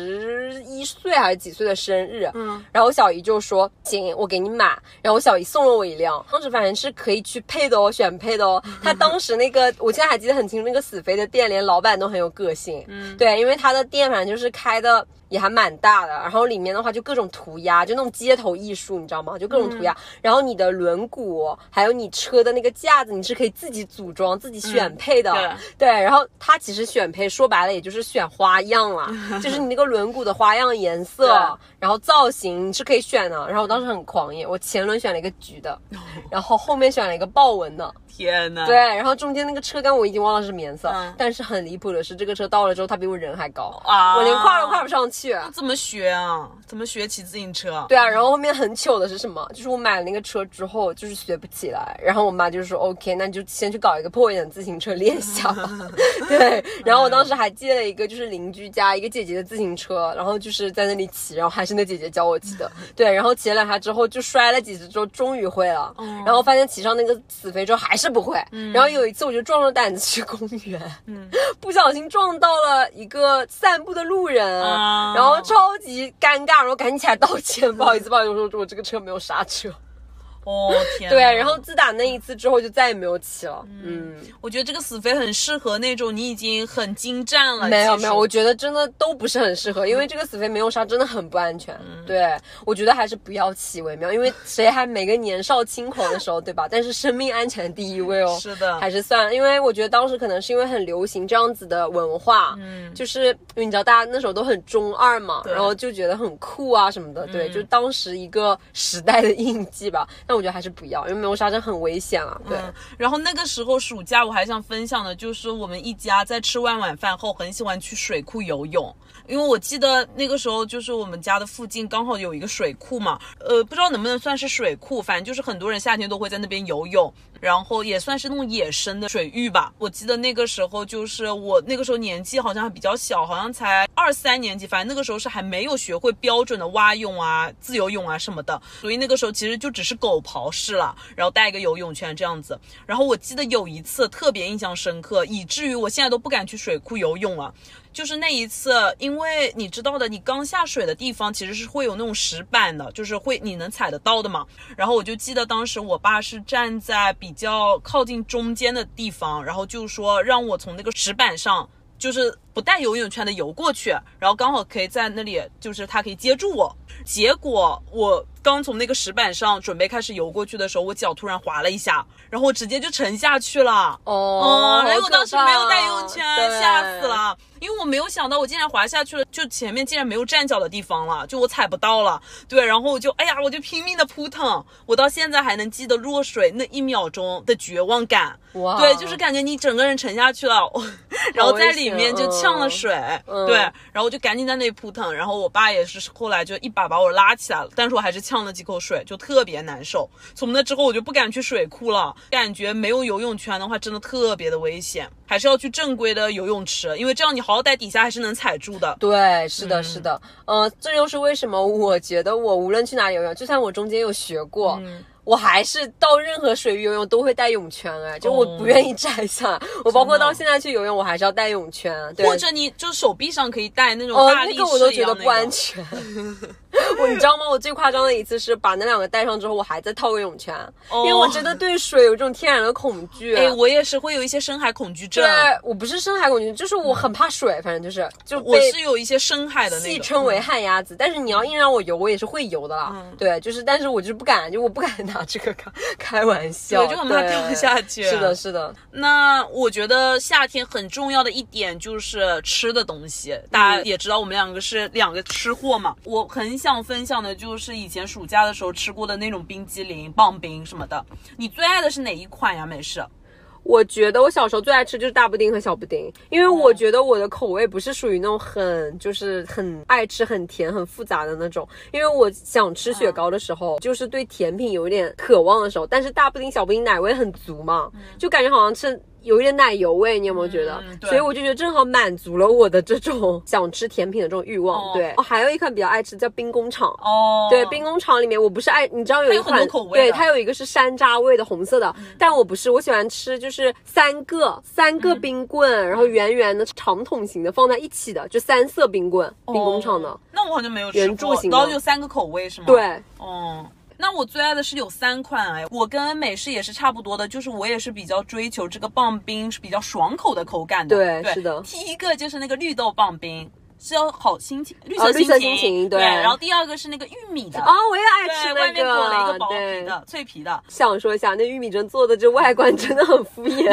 11岁还是几岁的生日，然后我小姨就说行，我给你买，然后我小姨送了我一辆，当时反正是可以去配的哦，选配的哦。她当时那个我现在还记得很清楚，那个死飞的店连老板都很有个性，对，因为他的店反正就是开的也还蛮大的，然后里面的话就各种涂鸦，就那种街头艺术，你知道吗？就各种涂鸦，然后你的轮毂还有你车的那个架子，你是可以自己组装、自己选配的。对，然后它其实选配说白了也就是选花样啦，就是你那个轮毂的花样、颜色，然后造型你是可以选的。然后我当时很狂野，我前轮选了一个橘的，然后后面选了一个豹纹的。 天哪！ 对，然后中间那个车杆我已经忘了是什么颜色，但是很离谱的是，这个车到了之后，它比我人还高啊！我连跨都跨不上去。 怎么学啊？怎么学骑自行车？ 对啊，然后后面很糗的是什么？就是我买了那个车之后，就是学不起来，然后我妈就说 OK， 那你就先去搞一个破一点的自行车练一下吧。对，然后我当时还借了一个就是邻居家一个姐姐的自行车，然后就是在那里骑，然后还是那姐姐教我骑的。对，然后骑了2下之后就摔了几次之后终于会了，然后发现骑上那个死飞之后还是不会。然后有一次我就壮着胆子去公园，不小心撞到了一个散步的路人，然后超级尴尬，然后赶紧起来道歉，不好意思，我说我这个车没有刹车。 天！ 对，然后自打那一次之后就再也没有骑了。 我觉得这个死飞很适合那种你已经很精湛了。 没有，我觉得真的都不是很适合，因为这个死飞没有刹真的很不安全。对，我觉得还是不要骑为妙，因为谁还没个年少轻狂的时候，对吧？但是生命安全第一位哦。 是的， 还是算了，因为我觉得当时可能是因为很流行这样子的文化，就是因为你知道大家那时候都很中二嘛，然后就觉得很酷啊什么的，对，就当时一个时代的印记吧。但我觉得还是不要，因为没有刹车很危险啊。对， 然后那个时候暑假我还想分享的就是我们一家在吃完晚饭后很喜欢去水库游泳，因为我记得那个时候就是我们家的附近刚好有一个水库嘛，不知道能不能算是水库，反正就是很多人夏天都会在那边游泳，然后也算是那种野生的水域吧。我记得那个时候就是我那个时候年纪好像还比较小，好像才2、3年级，反正那个时候是还没有学会标准的蛙泳啊、自由泳啊什么的，所以那个时候其实就只是狗刨式了，然后带一个游泳圈这样子。然后我记得有一次特别印象深刻，以至于我现在都不敢去水库游泳了。就是那一次，因为你知道的，你刚下水的地方其实是会有那种石板的，就是你能踩得到的嘛。然后我就记得当时我爸是站在比较靠近中间的地方，然后就说让我从那个石板上就是不带游泳圈的游过去，然后刚好可以在那里，就是他可以接住我。结果我刚从那个石板上准备开始游过去的时候，我脚突然滑了一下，然后我直接就沉下去了。然后我当时没有带游泳圈，吓死了。因为我没有想到我竟然滑下去了，就前面竟然没有站脚的地方了，就我踩不到了。对，然后我就我就拼命的扑腾，我到现在还能记得落水那1秒钟的绝望感。对，就是感觉你整个人沉下去了，然后在里面就呛呛了水，对，然后我就赶紧在那里扑腾，然后我爸也是后来就一把把我拉起来了，但是我还是呛了几口水，就特别难受。从那之后我就不敢去水库了，感觉没有游泳圈的话真的特别的危险，还是要去正规的游泳池，因为这样你好歹底下还是能踩住的。 对，是的，是的，这就是为什么我觉得我无论去哪里游泳，就算我中间有学过，我还是到任何水域游泳都会带泳圈，就我不愿意摘下来。我包括到现在去游泳，我还是要带泳圈。对， 或者你就手臂上可以带那种大力士一样那个我都觉得不安全。你知道吗？我最夸张的一次是把那两个戴上之后，我还在套个泳圈，因为我真的对水有这种天然的恐惧。 我也是会有一些深海恐惧症。 对，我不是深海恐惧，就是我很怕水，反正就是我是有一些深海的那个， 戏称为旱鸭子。但是你要硬让我游，我也是会游的啦。对，就是，但是我就是不敢，我不敢拿这个开玩笑， 我就很怕掉下去。 是的，是的。 那我觉得夏天很重要的一点就是吃的东西，大家也知道我们两个是两个吃货嘛。我很想分享的就是以前暑假的时候吃过的那种冰激凌、棒冰什么的。你最爱的是哪一款呀？美式？ 我觉得我小时候最爱吃就是大布丁和小布丁，因为我觉得我的口味不是属于那种就是很爱吃很甜很复杂的那种，因为我想吃雪糕的时候，就是对甜品有一点渴望的时候，但是大布丁小布丁奶味很足嘛，就感觉好像吃有一点奶油味，你有没有觉得？所以我就觉得正好满足了我的这种想吃甜品的这种欲望。对，还有一款比较爱吃叫冰工厂。对，冰工厂里面我不是爱，你知道有一款，对，它有一个是山楂味的红色的，但我不是，我喜欢吃就是三个冰棍，然后圆圆的长筒型的放在一起的，就3色冰棍，冰工厂的。 那我好像没有吃过。 圆柱形的， 然后有3个口味是吗？ 对， 那我最爱的是有3款我跟美式也是差不多的，就是我也是比较追求这个棒冰是比较爽口的口感的。 对，是的。 第一个就是那个绿豆棒冰，是要好心情，绿色心情， 对。 然后第二个是那个玉米的， 我也爱吃那个， 外面裹了一个薄皮的脆皮的。 想说一下，那玉米针做的这外观真的很敷衍。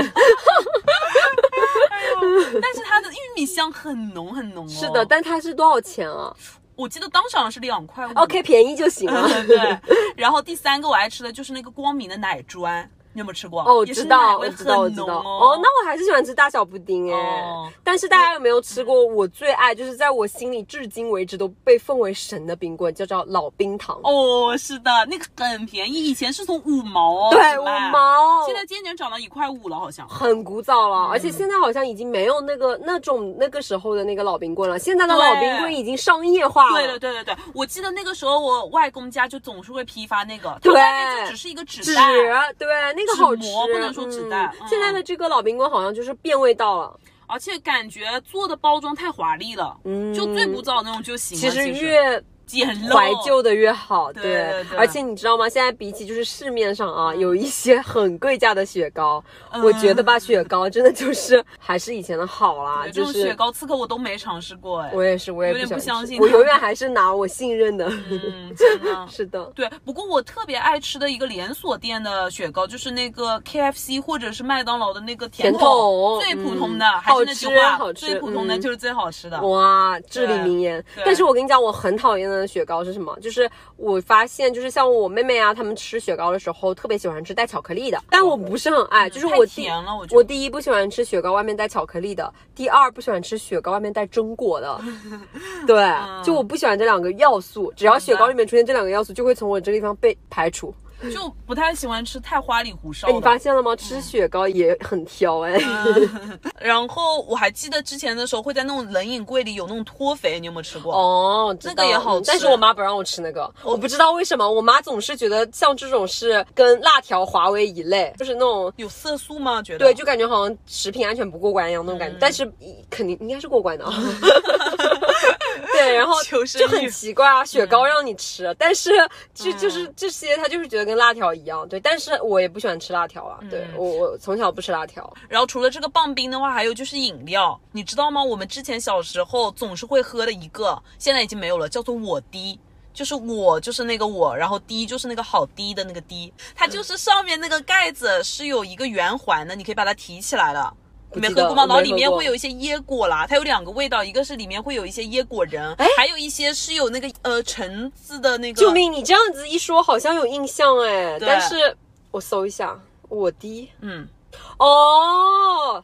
但是它的玉米香很浓很浓。 是的，但它是多少钱啊？ 我记得当时好像是2块5。 OK， 便宜就行了。 对。然后第3个我爱吃的就是那个光明的奶砖。你有没有吃过？ 我知道，我知道。那我还是喜欢吃大小布丁但是大家有没有吃过我最爱，就是在我心里至今为止都被奉为神的冰棍，叫老冰糖。 是的，那个很便宜，以前是从5毛对，5毛， 现在渐渐涨到1块5了，好像很古早了。而且现在好像已经没有那个时候的那个老冰棍了，现在的老冰棍已经商业化了。 对，我记得那个时候我外公家就总是会批发那个，它外面就只是一个纸袋， 对，那个好吃， 不能说纸袋。 现在的这个老冰棍好像就是变味道了， 而且感觉做的包装太华丽了，就最古早那种就行了。 其实越简陋怀旧的越好。 对， 而且你知道吗？现在比起就是市面上有一些很贵价的雪糕，我觉得吧，雪糕真的就是还是以前的好啦。 这种雪糕刺客我都没尝试过我也是，我也有点不相信。 我永远还是拿我信任的。 真的是的。 对，不过我特别爱吃的一个连锁店的雪糕，就是那个 KFC 或者是麦当劳的那个甜筒，最普通的，还是那句话， 好吃， 最普通的就是最好吃的。 哇，至理名言。但是我跟你讲，我很讨厌的雪糕是什么？就是我发现，就是像我妹妹他们吃雪糕的时候，特别喜欢吃带巧克力的，但我不是很爱。就是我第一不喜欢吃雪糕外面带巧克力的，第二不喜欢吃雪糕外面带榛果的。对，就我不喜欢这2个要素，只要雪糕里面出现这2个要素，就会从我这个地方被排除。 就不太喜欢吃太花里胡哨的。 你发现了吗？吃雪糕也很挑然后我还记得之前的时候会在那种冷饮柜里有那种脱肥，你有没有吃过？ 那个也好吃。 但是我妈不让我吃那个，我不知道为什么，我妈总是觉得像这种是跟辣条划为一类，就是那种有色素吗？觉得对，就感觉好像食品安全不过关一样那种感觉，但是肯定应该是过关的对，然后就很奇怪啊，雪糕让你吃，但是就是这些他就是觉得跟辣条一样。对，但是我也不喜欢吃辣条啊。对，我从小不吃辣条。 然后除了这个棒冰的话，还有就是饮料，你知道吗？我们之前小时候总是会喝的一个，现在已经没有了，叫做我滴。就是我就是那个我，然后滴就是那个好滴的那个滴，它就是上面那个盖子是有一个圆环的，你可以把它提起来的。你没喝过吗？然后里面会有一些椰果啦，它有2个味道，一个是里面会有一些椰果仁，还有一些是有那个橙子的那个。 救命！你这样子一说，好像有印象但是我搜一下，我滴，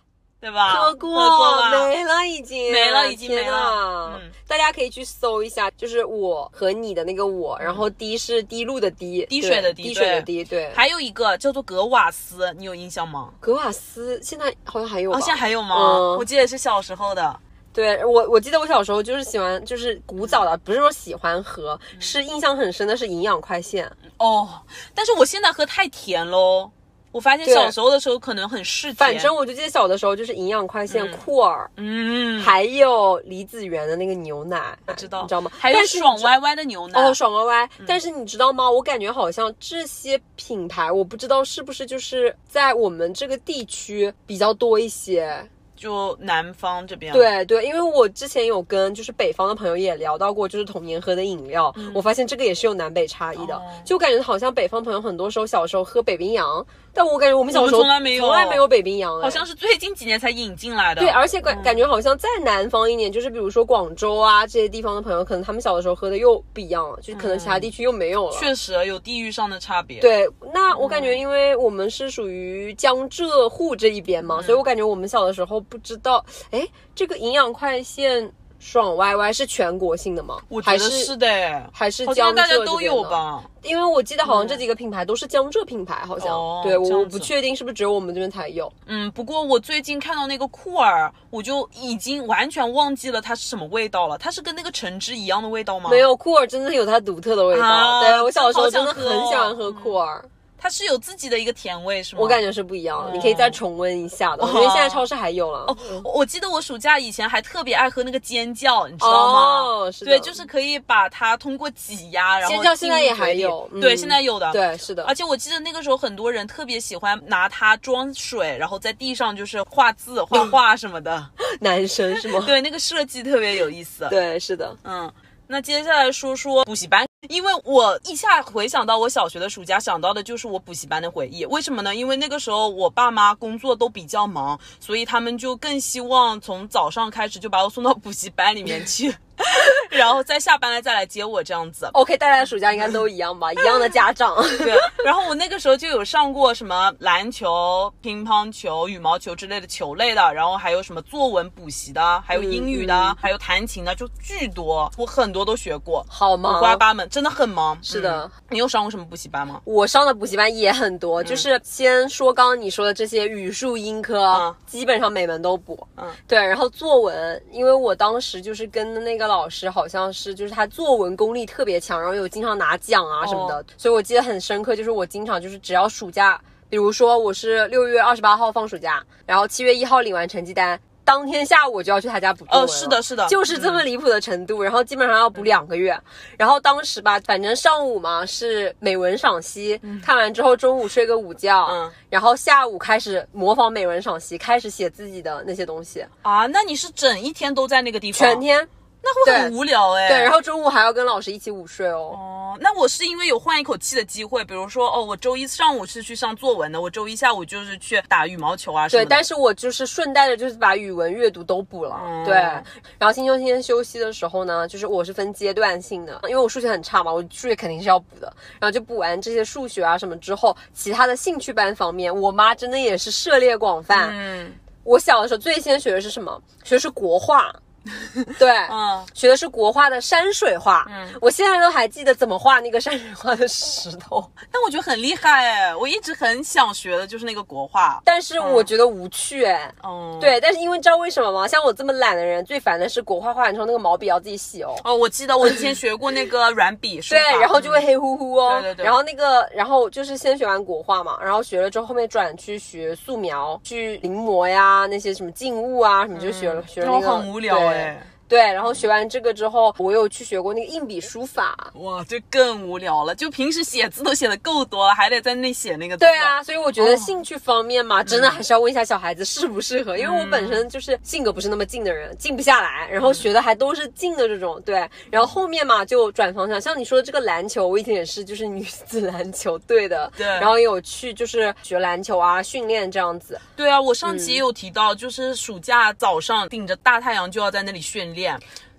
对吧？ 喝过吧？ 没了已经没了。 大家可以去搜一下，就是我和你的那个我，然后滴是滴露的滴， 滴水的滴水的滴，对。 还有一个叫做格瓦斯，你有印象吗？ 格瓦斯现在好像还有吧？ 现在还有吗？我记得是小时候的。 对，我记得我小时候就是喜欢，就是古早的，不是说喜欢喝，是印象很深的是营养快线。 但是我现在喝太甜喽。我发现小时候的时候可能很嗜甜， 反正我就记得小的时候就是营养快线、酷尔，还有李子园的那个牛奶， 我知道， 你知道吗？ 还有爽歪歪的牛奶， 爽歪歪。但是你知道吗？我感觉好像这些品牌，我不知道是不是就是在我们这个地区比较多一些。 就南方这边， 对，因为我之前有跟就是北方的朋友也聊到过，就是童年喝的饮料，我发现这个也是有南北差异的。就感觉好像北方朋友很多时候小时候喝北冰洋，但我感觉我们小时候从来没有北冰洋， 好像是最近几年才引进来的。 对，而且感觉好像在南方一点，就是比如说广州啊这些地方的朋友，可能他们小的时候喝的又不一样了，就可能其他地区又没有了。 确实有地域上的差别。 对，那我感觉因为我们是属于江浙沪这一边嘛，所以我感觉我们小的时候不知道，这个营养快线爽歪歪是全国性的吗？ 我觉得是的， 还是江浙好像大家都有吧？ 因为我记得好像这几个品牌都是江浙品牌，好像。对，我不确定是不是只有我们这边才有。 不过我最近看到那个酷尔，我就已经完全忘记了它是什么味道了。它是跟那个橙汁一样的味道吗？ 没有，酷尔真的有它独特的味道。对，我小时候真的很喜欢喝酷尔。 它是有自己的一个甜味是吗？ 我感觉是不一样，你可以再重温一下的。我觉得现在超市还有了。 我记得我暑假以前还特别爱喝那个尖叫，你知道吗？ 是的。 对，就是可以把它通过挤压，然后尖叫现在也还有。 对，现在有的。 对，是的。 而且我记得那个时候很多人特别喜欢拿它装水，然后在地上就是画字、画画什么的。 男生是吗？ 对，那个设计特别有意思。 对，是的。 那接下来说说补习班，因为我一下回想到我小学的暑假，想到的就是我补习班的回忆。为什么呢？因为那个时候我爸妈工作都比较忙，所以他们就更希望从早上开始就把我送到补习班里面去。然后再下班了再来接我这样子。 OK， 大家的暑假应该都一样吧？一样的家长。 对，然后我那个时候就有上过什么篮球、乒乓球、羽毛球之类的球类的，然后还有什么作文补习的，还有英语的，还有弹琴的，就巨多，我很多都学过。 好忙， 五花八门，真的很忙。 是的。 你有上过什么补习班吗？ 我上的补习班也很多，就是先说刚刚你说的这些语数英科，基本上每门都补。对，然后作文，因为我当时就是跟那个老师好像是就是他作文功力特别强，然后有经常拿奖啊什么的，所以我记得很深刻，就是我经常就是只要暑假，比如说我是6月28号放暑假，然后7月1号领完成绩单，当天下午我就要去他家补作文了。 是的， 就是这么离谱的程度，然后基本上要补2个月。然后当时吧，反正上午嘛是美文赏析，看完之后中午睡个午觉，然后下午开始模仿美文赏析，开始写自己的那些东西啊。那你是整一天都在那个地方？ 全天。 那会很无聊对，然后中午还要跟老师一起午睡那我是因为有换一口气的机会，比如说我周一上午是去上作文的，我周一下午就是去打羽毛球啊什么的。 对，但是我就是顺带着就是把语文阅读都补了。对，然后星期六天休息的时候呢，就是我是分阶段性的，因为我数学很差嘛，我数学肯定是要补的，然后就补完这些数学啊什么之后，其他的兴趣班方面，我妈真的也是涉猎广泛。我小的时候最先学的是什么？学的是国画。对，学的是国画的山水画。我现在都还记得怎么画那个山水画的石头。 但我觉得很厉害我一直很想学的就是那个国画， 但是我觉得无趣对，但是因为知道为什么吗？像我这么懒的人，最烦的是国画画完之后那个毛笔要自己洗我记得我以前学过那个软笔书法对，然后就会黑乎乎对， 然后就是先学完国画嘛，然后学了之后后面转去学素描，去临摹呀，那些什么静物啊什么，就学了那个很无聊对，然后学完这个之后，我又去学过那个硬笔书法。 哇，就更无聊了。就平时写字都写得够多了，还得在那写那个字。 对啊，所以我觉得兴趣方面嘛，真的还是要问一下小孩子适不适合。因为我本身就是性格不是那么静的人，静不下来，然后学的还都是静的这种。对，然后后面嘛就转方向，像你说的这个篮球，我以前也是就是女子篮球队的。 对， 然后有去就是学篮球啊，训练这样子。 对啊，我上期也有提到，就是暑假早上顶着大太阳就要在那里训练。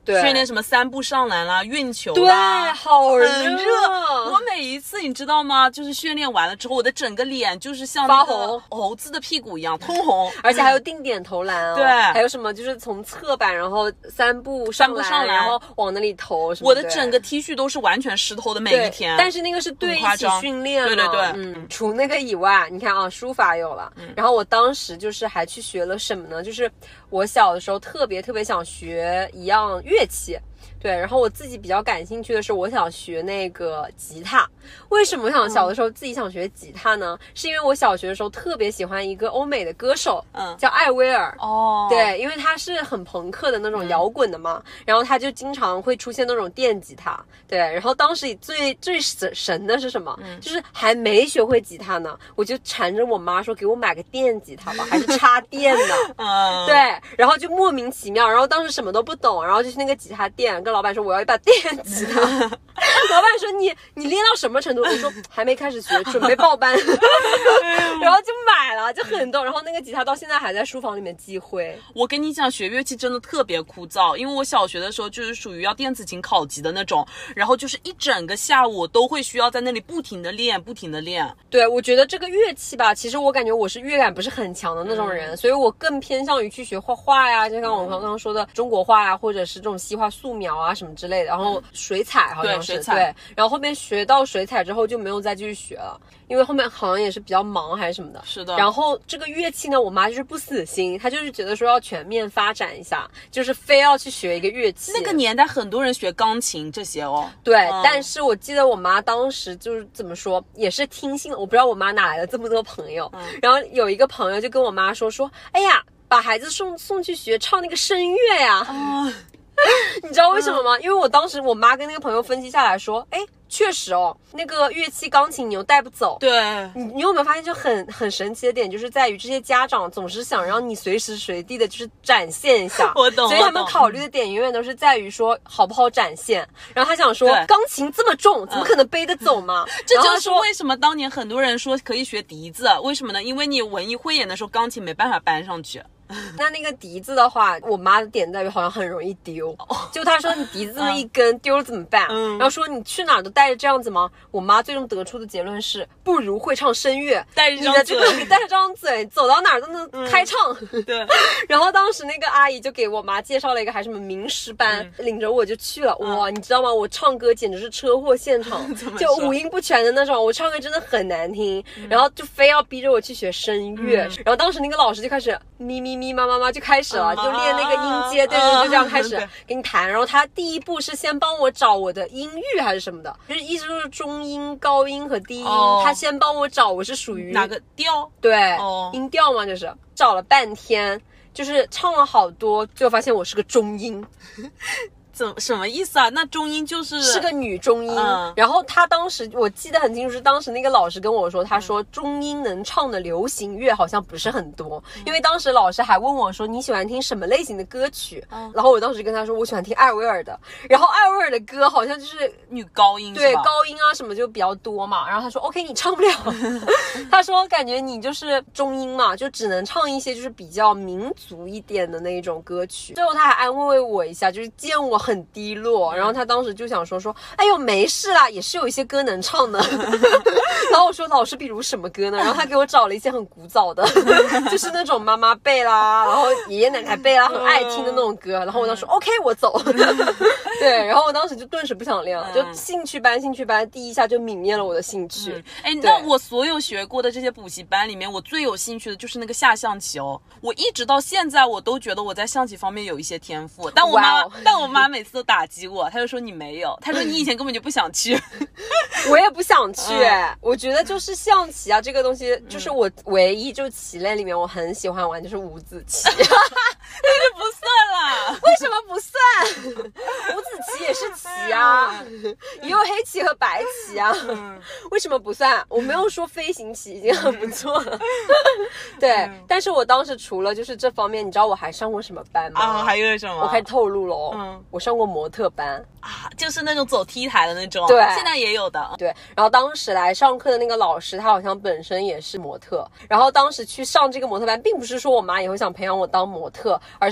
对， 训练什么3步上篮啦、运球对， 啦， 好热。 很热。我每一次你知道吗？就是训练完了之后，我的整个脸就是像那个发红猴子的屁股一样通红， 而且还有定点投篮哦。 对还有什么就是从侧板，然后3步上篮，然后往那里投什么。 我的整个 T 恤都是完全湿透的每一天。 但是那个是对一起训练嘛。 对， 除那个以外，你看啊，书法有了。然后我当时就是还去学了什么呢？就是我小的时候特别想学一样乐器。对，然后我自己比较感兴趣的是，我想学那个吉他。为什么我小的时候自己想学吉他呢？是因为我小学的时候特别喜欢一个欧美的歌手，叫艾薇儿。 哦， 对，因为他是很朋克的那种摇滚的嘛，然后他就经常会出现那种电吉他。对，然后当时最神的是什么？就是还没学会吉他呢，我就缠着我妈说给我买个电吉他吧，还是插电的。对，然后就莫名其妙，然后当时什么都不懂，然后就去那个吉他店跟老板说我要一把电吉他。老板说你练到什么程度？我说还没开始学，准备报班。然后就买了，就很多。然后那个吉他到现在还在书房里面积灰。 我跟你讲，学乐器真的特别枯燥，因为我小学的时候就是属于要电子琴考级的那种，然后就是一整个下午都会需要在那里不停的练。 对，我觉得这个乐器吧，其实我感觉我是乐感不是很强的那种人，所以我更偏向于去学画画呀，就像我刚刚说的中国画呀，或者是这种西画素描啊什么之类的。然后水彩好像是对，然后后面学到水彩之后就没有再继续学了，因为后面好像也是比较忙还是什么的。 是的。 然后这个乐器呢，我妈就是不死心，她就是觉得说要全面发展一下，就是非要去学一个乐器。 那个年代很多人学钢琴这些哦。 对，但是我记得我妈当时就是怎么说，也是听信了，我不知道我妈哪来的这么多朋友。然后有一个朋友就跟我妈说，哎呀，把孩子送去学唱那个声乐呀。你知道为什么吗？因为我当时我妈跟那个朋友分析下来说，确实哦，那个乐器钢琴你又带不走。 对， 你有没有发现就很神奇的点，就是在于这些家长总是想让你随时随地的就是展现一下。 我懂。 所以他们考虑的点永远都是在于说好不好展现。然后他想说，钢琴这么重，怎么可能背得走嘛？ 这就是为什么当年很多人说可以学笛子，为什么呢？因为你文艺汇演的时候钢琴没办法搬上去。 那个笛子的话，我妈的点在于好像很容易丢，就她说你笛子这么一根丢了怎么办？然后说你去哪儿都带着这样子吗？我妈最终得出的结论是，不如会唱声乐， 带着你的这个带着张嘴，走到哪儿都能开唱。 对。 然后当时那个阿姨就给我妈介绍了一个还什么名师班，领着我就去了。哇，你知道吗？我唱歌简直是车祸现场，就五音不全的那种，我唱歌真的很难听。然后就非要逼着我去学声乐，然后当时那个老师就开始咪咪咪妈妈妈就开始了，就练那个音阶，对，就这样开始给你弹。然后他第一步是先帮我找我的音域还是什么的，就是意思就是中音、高音和低音，他先帮我找我是属于哪个调， 对，音调嘛，就是找了半天，就是唱了好多，最后发现我是个中音。 什么意思啊？那中音是个女中音。然后他当时我记得很清楚，是当时那个老师跟我说，他说中音能唱的流行乐好像不是很多。因为当时老师还问我说你喜欢听什么类型的歌曲，然后我当时跟他说我喜欢听艾薇儿的，然后艾薇儿的歌好像就是女高音， 对，高音啊什么就比较多嘛。然后他说 OK 你唱不了。他说感觉你就是中音嘛，就只能唱一些就是比较民族一点的那一种歌曲。最后他还安慰我一下，就是见我很低落，然后他当时就想说哎呦没事啦，也是有一些歌能唱的。然后我说老师比如什么歌呢？然后他给我找了一些很古早的，就是那种妈妈辈啦，然后爷爷奶奶辈啦，很爱听的那种歌。然后我当时说 OK 我走。对，然后我当时就顿时不想练了，就兴趣班第一下就泯灭了我的兴趣。 那我所有学过的这些补习班里面，我最有兴趣的就是那个下象棋哦。我一直到现在我都觉得我在象棋方面有一些天赋，但我妈每次都打击我，她就说你没有，她说你以前根本就不想去。 我也不想去。我觉得就是象棋啊这个东西，就是我唯一就棋类里面我很喜欢玩就是五子棋。那就不算啦。 为什么不算？五子棋也是棋啊，也有黑棋和白棋啊。为什么不算？我没有说飞行棋已经很不错了。对，但是我当时除了就是这方面，你知道我还上过什么班吗？ 还有什么？ 我开始透露了我上过模特班啊，就是那种走 T 台的那种。 对， 现在也有的。 对，然后当时来上课的那个老师，他好像本身也是模特。然后当时去上这个模特班，并不是说我妈以后想培养我当模特，而是说因为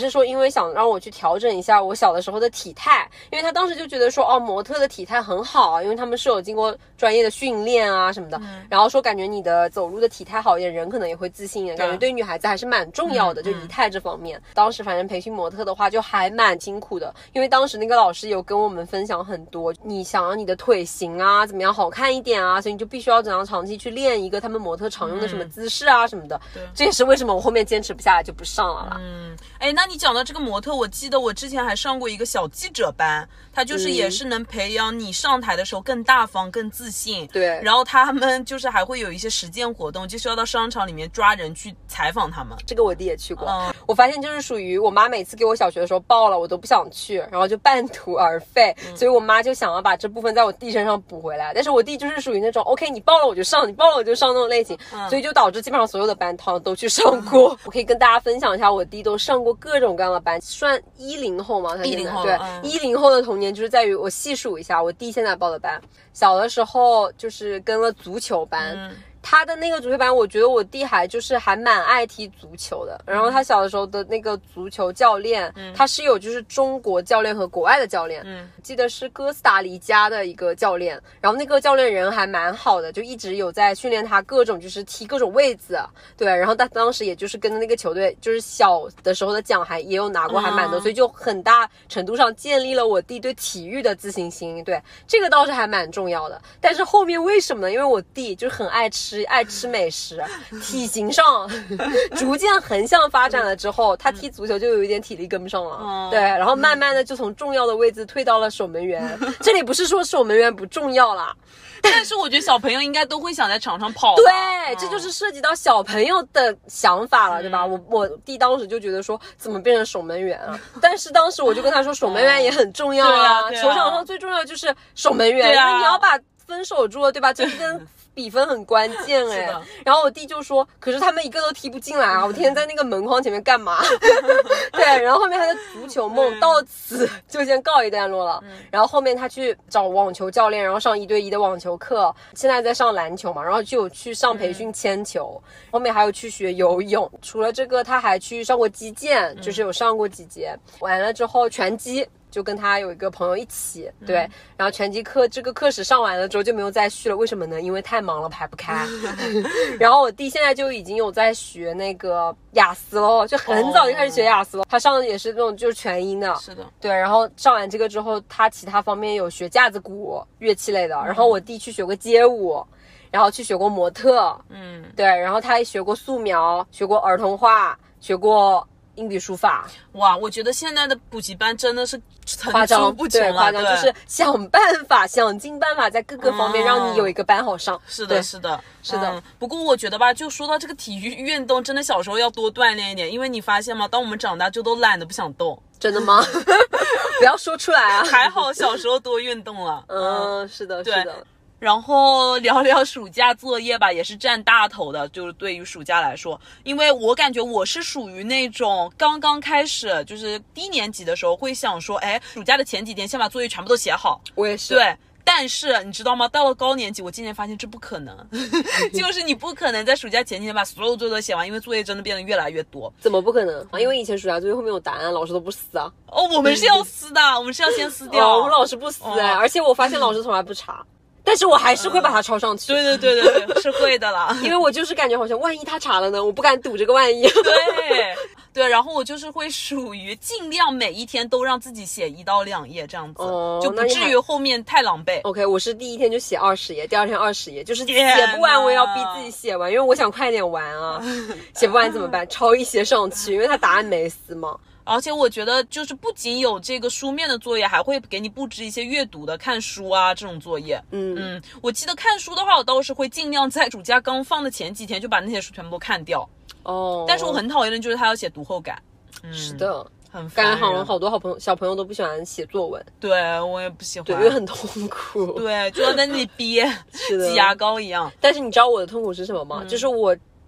想让我去调整一下我小的时候的体态，因为他当时就觉得说，哦，模特的体态很好，因为他们是有经过专业的训练啊什么的，然后说感觉你的走路的体态好一点，人可能也会自信一点，感觉对女孩子还是蛮重要的，就仪态这方面。当时反正培训模特的话就还蛮辛苦的，因为当时那个老师有跟我们分享很多，你想要你的腿型啊怎么样好看一点啊，所以你就必须要怎样长期去练一个他们模特常用的什么姿势啊什么的。这也是为什么我后面坚持不下来就不上了啦。 那你讲到这个模特，我记得我之前还上过一个小记者班，他就是也是能培养你上台的时候更大方更自信。 对， 然后他们就是还会有一些实践活动，就是要到商场里面抓人去采访他们。 这个我弟也去过，我发现就是属于我妈每次给我小学的时候报了我都不想去，然后就半途而废，所以我妈就想要把这部分在我弟身上补回来。但是我弟就是属于那种 OK 你报了我就上，你报了我就上那种类型，所以就导致基本上所有的班他都去上过。我可以跟大家分享一下，我弟都上过各种各样的班，算10后吗？他现在 10后对，10后的童年就是在于我细数一下我弟现在报的班，小的时候就是跟了足球班。他的那个足球班，我觉得我弟还蛮爱踢足球的。然后他小的时候的那个足球教练，他是有就是中国教练和国外的教练，记得是哥斯达黎加的一个教练。然后那个教练人还蛮好的，就一直有在训练他各种就是踢各种位置。对，然后他当时也就是跟那个球队，就是小的时候的奖也有拿过，还蛮多，所以就很大程度上建立了我弟对体育的自信心。对，这个倒是还蛮重要的。但是后面为什么呢？因为我弟就是很爱吃美食，体型上逐渐横向发展了之后，他踢足球就有一点体力跟不上了。对，然后慢慢的就从重要的位置退到了守门员。这里不是说守门员不重要啦， 但是我觉得小朋友应该都会想在场上跑。 对，这就是涉及到小朋友的想法了，对吧？我弟当时就觉得说怎么变成守门员啊？但是当时我就跟他说，守门员也很重要啊，球场上最重要的就是守门员，因为你要把分守住了，对吧？这跟比分很关键哎。然后我弟就说，可是他们一个都踢不进来啊，我天天在那个门框前面干嘛？对，然后后面他的足球梦到此就先告一段落了。然后后面他去找网球教练，然后上1对1的网球课，现在在上篮球嘛，然后就有去上培训铅球，后面还有去学游泳。除了这个，他还去上过击剑，就是有上过几节。完了之后拳击。就跟他有一个朋友一起，对，然后拳击课这个课时上完了之后就没有再续了，为什么呢？因为太忙了排不开。然后我弟现在就已经有在学那个雅思了，就很早就开始学雅思了。他上的也是那种就是全英的， 是的， 对。然后上完这个之后，他其他方面有学架子鼓、乐器类的。然后我弟去学过街舞，然后去学过模特，对。然后他还学过素描，学过儿童画，学过硬笔书法。 哇，我觉得现在的补习班真的是夸张不穷了， 夸张就是想尽办法在各个方面让你有一个班好上。 是的，是的。不过我觉得吧，就说到这个体育运动，真的小时候要多锻炼一点，因为你发现吗？当我们长大就都懒得不想动。 真的吗？不要说出来啊！ 还好小时候多运动了。 是的， 对。 是的。 然后聊聊暑假作业吧，也是占大头的，就是对于暑假来说，因为我感觉我是属于那种刚刚开始就是低年级的时候会想说，暑假的前几天先把作业全部都写好。 我也是。 对。但是你知道吗？到了高年级，我今年发现这不可能，就是你不可能在暑假前几天把所有作业都写完，因为作业真的变得越来越多。 怎么不可能？因为以前暑假作业后面有答案，老师都不撕啊。 我们是要撕的，我们是要先撕掉。 我们老师不撕而且我发现老师从来不查。但是我还是会把它抄上去。 对，是会的啦。 因为我就是感觉好像万一他查了呢，我不敢赌这个万一。 对，然后我就是会属于尽量每一天都让自己写1到2页这样子，就不至于后面太狼狈。 OK， 我是第一天就写20页，第二天20页，就是写不完我也要逼自己写完，因为我想快点完啊。写不完怎么办？抄一些上去，因为他答案没撕嘛。 而且我觉得就是不仅有这个书面的作业，还会给你布置一些阅读的看书啊这种作业。我记得看书的话，我倒是会尽量在暑假刚放的前几天就把那些书全部都看掉。但是我很讨厌的就是他要写读后感。 是的， 很烦人。 感觉好像好多小朋友都不喜欢写作文。 对，我也不喜欢。 对，因为很痛苦。 对，就要在那里憋， 是的， 挤牙膏一样。 但是你知道我的痛苦是什么吗？就是我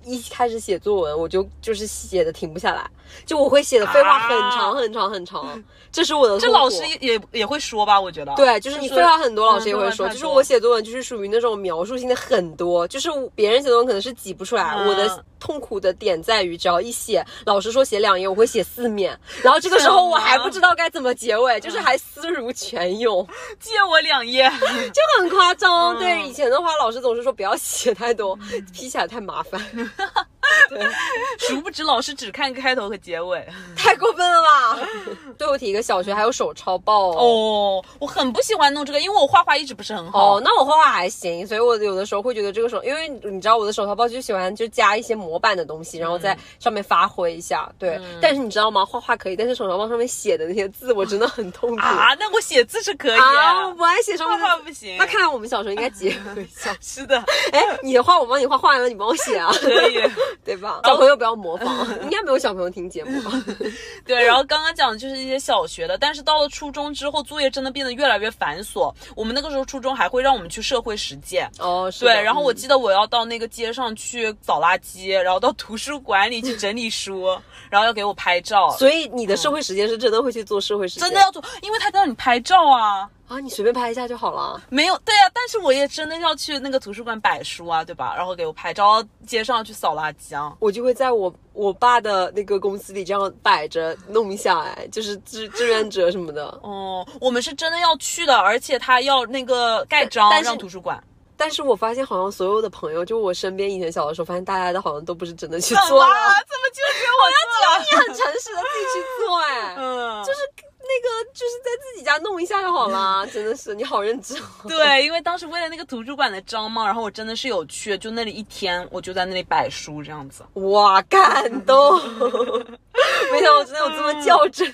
一开始写作文，我就是写的停不下来，就我会写的废话很长很长很长，这是我的痛苦。 这老师也会说吧，我觉得。 对，就是你废话很多，老师也会说。就是我写作文就是属于那种描述性的很多，就是别人写作文可能是挤不出来，我的痛苦的点在于，只要一写，老师说写2页，我会写4面，然后这个时候我还不知道该怎么结尾，就是还思如泉涌， 借我2页， 就很夸张。对，以前的话，老师总是说不要写太多，批起来太麻烦。对， 殊不知老师只看开头和结尾， 太过分了吧？最后提一个，小学还有手抄报哦，我很不喜欢弄这个，因为我画画一直不是很好。 哦，那我画画还行，所以我有的时候会觉得这个手，因为你知道我的手抄报就喜欢就加一些模板的东西，然后在上面发挥一下。对，但是你知道吗？画画可以，但是手抄报上面写的那些字，我真的很痛苦啊。那我写字是可以啊，我不爱写上面画画不行。 那看来我们小时候应该结合一下。 是的， 哎，你的画我帮你画，画完了你帮我写啊， 可以。 对吧？小朋友不要模仿，应该没有小朋友听节目吧？ 对，然后刚刚讲的就是一些小学的，但是到了初中之后，作业真的变得越来越繁琐。我们那个时候初中还会让我们去社会实践。 哦，是。 对，然后我记得我要到那个街上去扫垃圾，然后到图书馆里去整理书，然后要给我拍照。 所以你的社会实践是真的会去做社会实践？ 真的要做，因为他让你拍照啊。 啊，你随便拍一下就好了。 没有，对啊，但是我也真的要去那个图书馆摆书啊，对吧？然后给我拍照，街上去扫垃圾啊。 我就会在我爸的那个公司里这样摆着弄一下，哎，就是志愿者什么的。 哦，我们是真的要去的，而且他要那个盖章让图书馆。 但是我发现好像所有的朋友，就我身边以前小的时候，发现大家的好像都不是真的去做了。 怎么就只有我要建议很诚实的自己去做，哎，就是那个就是在自己家弄一下就好啦。真的是你好认真。 对，因为当时为了那个图书馆的章嘛，然后我真的是有去，就那里一天我就在那里摆书这样子。 哇，感动！没想到我真的有这么较真。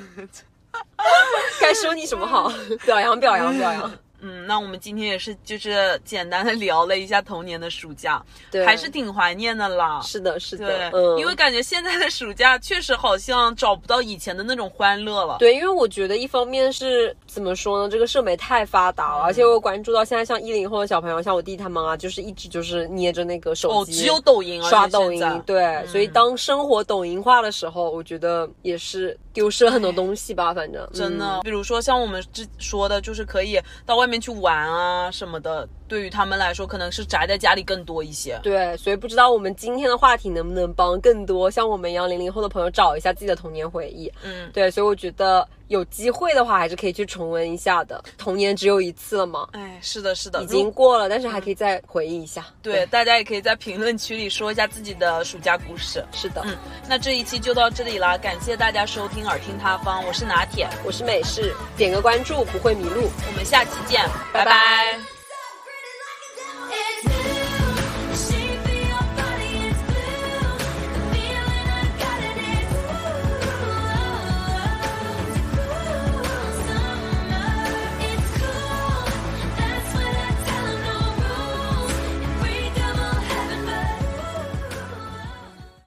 该说你什么好？表扬表扬表扬。 那我们今天也是就是简单的聊了一下童年的暑假，对，还是挺怀念的啦。 是的，是的， 对，因为感觉现在的暑假确实好像找不到以前的那种欢乐了。 对，因为我觉得一方面是怎么说呢，这个社媒太发达了，而且我关注到现在像10后的小朋友，像我弟他们啊，就是一直就是捏着那个手机， 只有抖音， 刷抖音。对，所以当生活抖音化的时候，我觉得也是丢失了很多东西吧，反正真的，比如说像我们说的，就是可以到外面去玩啊什么的，对于他们来说可能是宅在家里更多一些。 对，所以不知道我们今天的话题能不能帮更多像我们一样00后的朋友找一下自己的童年回忆。对，所以我觉得有机会的话还是可以去重温一下的。童年只有一次了嘛。 哎，是的，是的， 已经过了，但是还可以再回忆一下。 对，大家也可以在评论区里说一下自己的暑假故事。 是的， 那这一期就到这里啦，感谢大家收听耳听他方，我是拿铁， 我是美式，点个关注不会迷路， 我们下期见，拜拜。